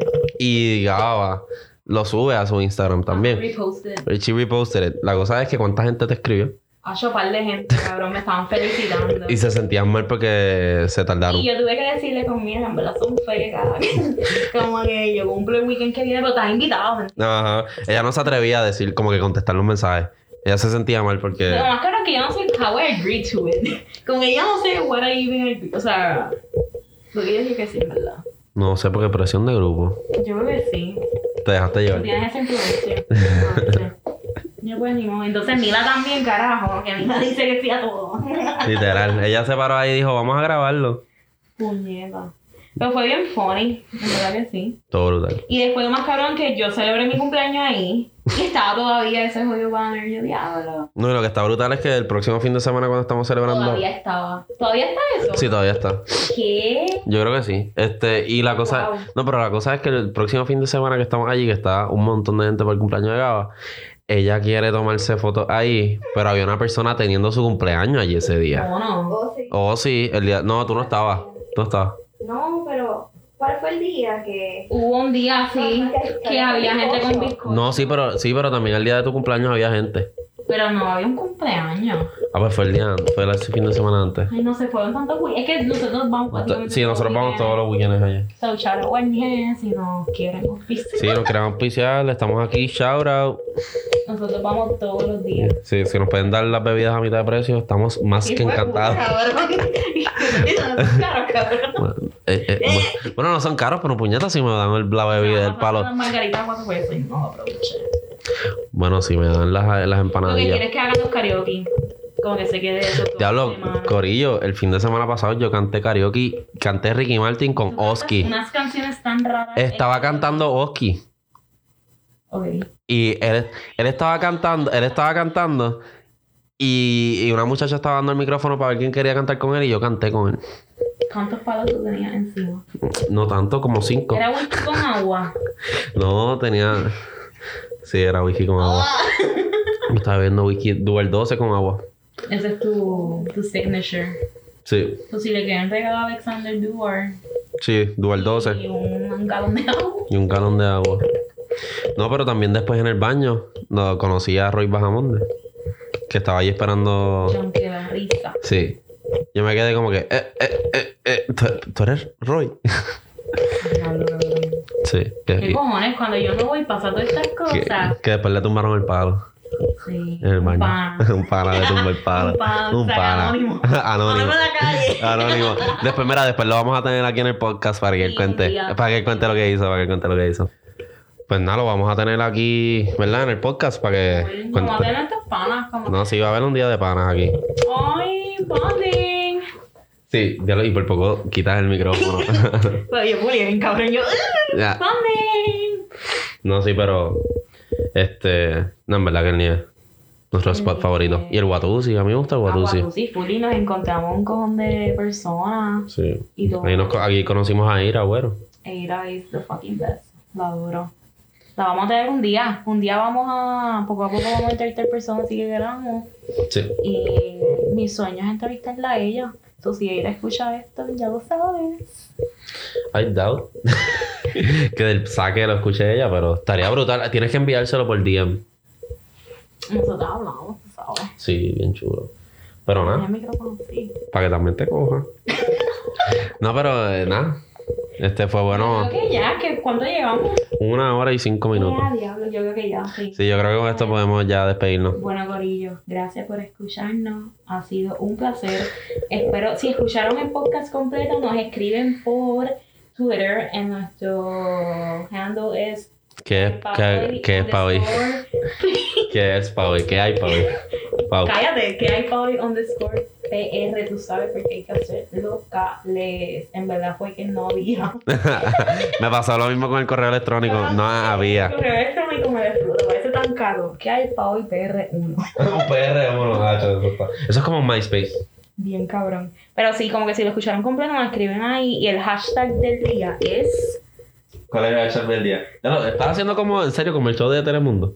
Y Gaba lo sube a su Instagram también. Reposted. Richie reposted it. La cosa es que cuánta gente te escribió. A un par de gente, cabrón, me estaban felicitando. Y se sentían mal porque se tardaron. Y yo tuve que decirle con mira, en verdad son feas. Como que yo cumplo el weekend que viene, pero estás invitado. ¿Me entiendes? Ajá. Ella no se atrevía a decir como que contestar los mensajes. Ella se sentía mal porque... Lo más claro es que yo no sé how I agree to it. Como que yo no sé what I even agree. O sea, lo que yo dije que sí, en verdad. No sé, porque presión de grupo. Yo creo que sí. Te dejaste Tú llevar. tienes esa influencia. No sé. Yo pues ni modo. Entonces Mila también, carajo. Que Mila dice que sí a todo. Literal. Ella se paró ahí y dijo, vamos a grabarlo. Puñeta. Pero fue bien funny. En verdad que sí. Todo brutal. Y después lo más cabrón que yo celebré mi cumpleaños ahí. Y estaba todavía ese jodido banner. Yo, diablo. No, y lo que está brutal es que el próximo fin de semana cuando estamos celebrando... Todavía estaba. ¿Todavía está eso? Sí, todavía está. ¿Qué? Yo creo que sí. Este, y la cosa... Wow. No, pero la cosa es que el próximo fin de semana que estamos allí, que está un montón de gente por el cumpleaños de Gaba, ella quiere tomarse fotos ahí, pero había una persona teniendo su cumpleaños allí ese día. No, no. Oh, sí. Oh, sí, el día... No, tú no estabas. Tú no estabas. No, pero ¿cuál fue el día que... Hubo un día así que había gente con bizcocho. No, sí, pero sí, pero también el día de tu cumpleaños había gente. Pero no había un cumpleaños. Ah, pues fue el día antes, fue el fin de semana antes. Ay, no se fueron tantos week- Es que nosotros vamos prácticamente Sí, nosotros vamos todos los weekends allá. So, shout out a Nies, si nos quieren oficiar. Sí, nos queremos auspiciar, estamos aquí, shout out. Nosotros vamos todos los días. Sí, si nos pueden dar las bebidas a mitad de precio, estamos más que encantados. Claro, cabrón. Bueno, eh, eh, bueno, bueno, no son caros, pero puñetas si me dan el, la bebida del palo. Las margaritas cuatro pesos y no aproveché. Bueno, si me dan las, las Lo que empanadillas. quieres es que hagan los karaoke. Como que se quede eso todo. Diablo, Corillo, el fin de semana pasado yo canté karaoke, canté Ricky Martin con Oski. Unas canciones tan raras. Estaba Eh, cantando Oski. Ok. Y él, él estaba cantando, él estaba cantando y, y una muchacha estaba dando el micrófono para ver quién quería cantar con él y yo canté con él. ¿Cuántos palos tú tenías encima? No tanto, como cinco. Era whisky con agua. No, tenía... Sí, era whisky con agua. Estaba bebiendo whisky Dual doce con agua. Ese es tu, tu signature. Sí, Pues si le quieren regalar a Alexander Duar sí, Dual y doce un galón de agua. y un galón de agua. No, pero también después en el baño no, conocí a Roy Bajamonde, que estaba ahí esperando... Aunque da risa. Sí. Yo me quedé como que... Eh, eh, eh, eh. ¿Tú, tú eres Roy? Diablo, cabrón. Sí. ¿Qué Que, cojones? Cuando yo no voy pasando estas que, cosas. que después le tumbaron el palo. Sí. En el Un baño. pana. Un pana de tumba el pana. Un pana, Un o sea, pana. anónimo. Anónimo. Anónimo en la calle. Anónimo. Después, mira, después lo vamos a tener aquí en el podcast para que él Sí, cuente. un día. Para que él cuente lo que hizo, para que él cuente lo que hizo. Pues nada, lo vamos a tener aquí, ¿verdad? En el podcast para que Uy, cuente. Como tener estos panas, como. No, sí, va a haber un día de panas aquí. Ay, bonding. Sí, ya lo, y por poco quitas el micrófono. Pero yo Juli, bien cabrón, yo. Ya. Bonding. No, sí, pero. Este. No, en verdad que el ni es nuestro spot Sí. favorito. Y el Watusi, a mí me gusta el Watusi. Watusi, Fully, nos encontramos un cojón de personas. Sí. Y todo. Ahí nos, co- aquí conocimos a Ira, güero. Eira is the fucking best. La adoro. La vamos a tener un día. Un día vamos a. Poco a poco vamos a entrevistar personas si que queramos. Sí. Y mi sueño es entrevistarla a ella. Entonces, si ella escucha esto, ya lo sabes. I doubt. que del saque lo escuche ella, pero estaría brutal. Tienes que enviárselo por D M. Nosotros hablamos, tú ¿sabes? Sí, bien chulo. Pero nada, El micrófono, sí. para que también te coja. No, pero eh, nada. Este fue bueno. Yo creo que ya, que ¿cuánto llevamos? Una hora y cinco minutos. Ya, diablo, yo creo que ya, sí. Sí, yo creo que con esto podemos ya despedirnos. Bueno, Corillo, gracias por escucharnos. Ha sido un placer. Espero, si escucharon el podcast completo, nos escriben por Twitter. En nuestro handle es ¿Qué es, qué, qué es para hoy? underscore- ¿Qué es para hoy? ¿Qué hay para hoy? Pau. Cállate, que hay Pauli underscore P R, tú sabes, porque hay que hacer locales. En verdad fue que no había. Me pasó lo mismo con el correo electrónico. No El había. correo electrónico me explotó, parece tan caro. ¿Qué hay Pauli P R uno? Un P R uno, eso está. Eso es como MySpace. Bien cabrón. Pero sí, como que si lo escucharon completo, me escriben ahí. Y el hashtag del día es. ¿Cuál es el hashtag del día? Ya lo, estás haciendo como, en serio, como el show de Telemundo.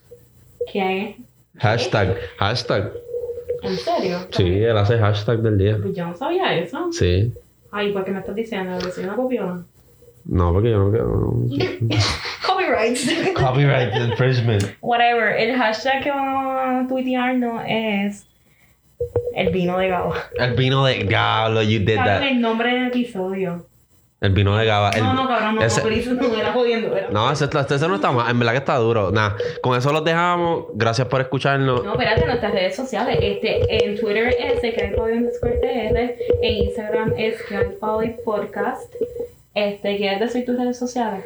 ¿Qué? Hashtag, hashtag. ¿En serio? Sí, él hace hashtag del día. Pues yo no sabía eso. Sí. Ay, ¿por qué me estás diciendo? ¿Que soy una copiona? No, porque yo no quiero. Copyrights. Copyright infringement. Whatever. El hashtag que vamos a tuitearnos es. El vino de Gaba. El vino de Gaba, you did Cabrón, that. el nombre del episodio. El vino de Gaba. El, No, no, cabrón, no, ese- please, no me era jodiendo. Era. No, ese, ese no está mal. En verdad que está duro. Nada, con eso los dejamos. Gracias por escucharnos. No, espérate, nuestras redes sociales. Este, en Twitter es que hay Pauli underscore T R. En Instagram es que hay Pauli Podcast. Este, ¿quieres decir tus redes sociales?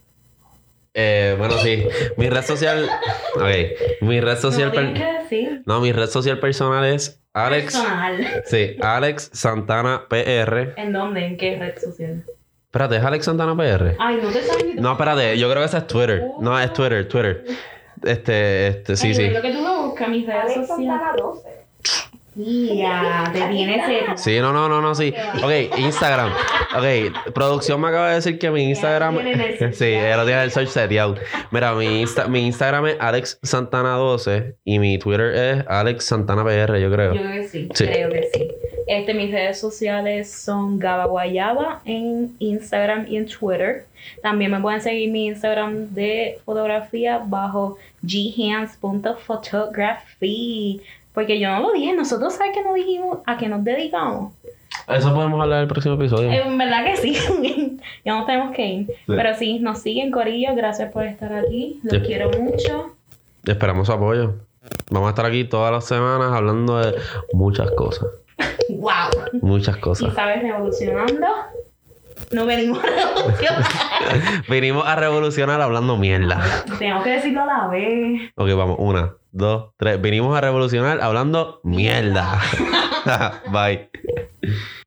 Eh, bueno, sí. Mi red social. Ok. Mi red social. No, per- tienes que decir. No, mi red social personal es Alex. Personal. Sí, Alex Santana P R. ¿En dónde? ¿En qué red social? Espérate, ¿es Alex Santana P R? Ay, no te sabes ni tú. No, espérate, yo creo que ese es Twitter. No, es Twitter, Twitter. Este, este, sí, Ay, sí. Lo que tú lo buscas, mis redes Alex sociales. Santana doce. Tía, te viene ese. Sí, no, no, no, no, sí. Ok, Instagram. Ok, producción me acaba de decir que mi Instagram. tienen el search Sí, ella lo tiene el search seteado. Mira, mi, Insta... mi Instagram es Alex Santana doce y mi Twitter es Alex Santana P R, yo creo. Yo creo que sí, Sí. creo que sí. Este, mis redes sociales son Gaba Guayaba en Instagram y en Twitter. También me pueden seguir mi Instagram de fotografía bajo g hands punto photography. Porque yo no lo dije, nosotros sabes que no dijimos a qué nos dedicamos. Eso podemos hablar en el próximo episodio. En verdad que sí, ya nos tenemos que ir. Pero sí, nos siguen, Corillo, gracias por estar aquí, los Sí. quiero mucho. Esperamos su apoyo. Vamos a estar aquí todas las semanas hablando de muchas cosas. ¡Wow! Muchas Y cosas. sabes, revolucionando, no venimos a revolucionar. Vinimos a revolucionar hablando mierda. Tengo que decirlo a la vez. Ok, vamos. Una, dos, tres. Vinimos a revolucionar hablando mierda. Bye.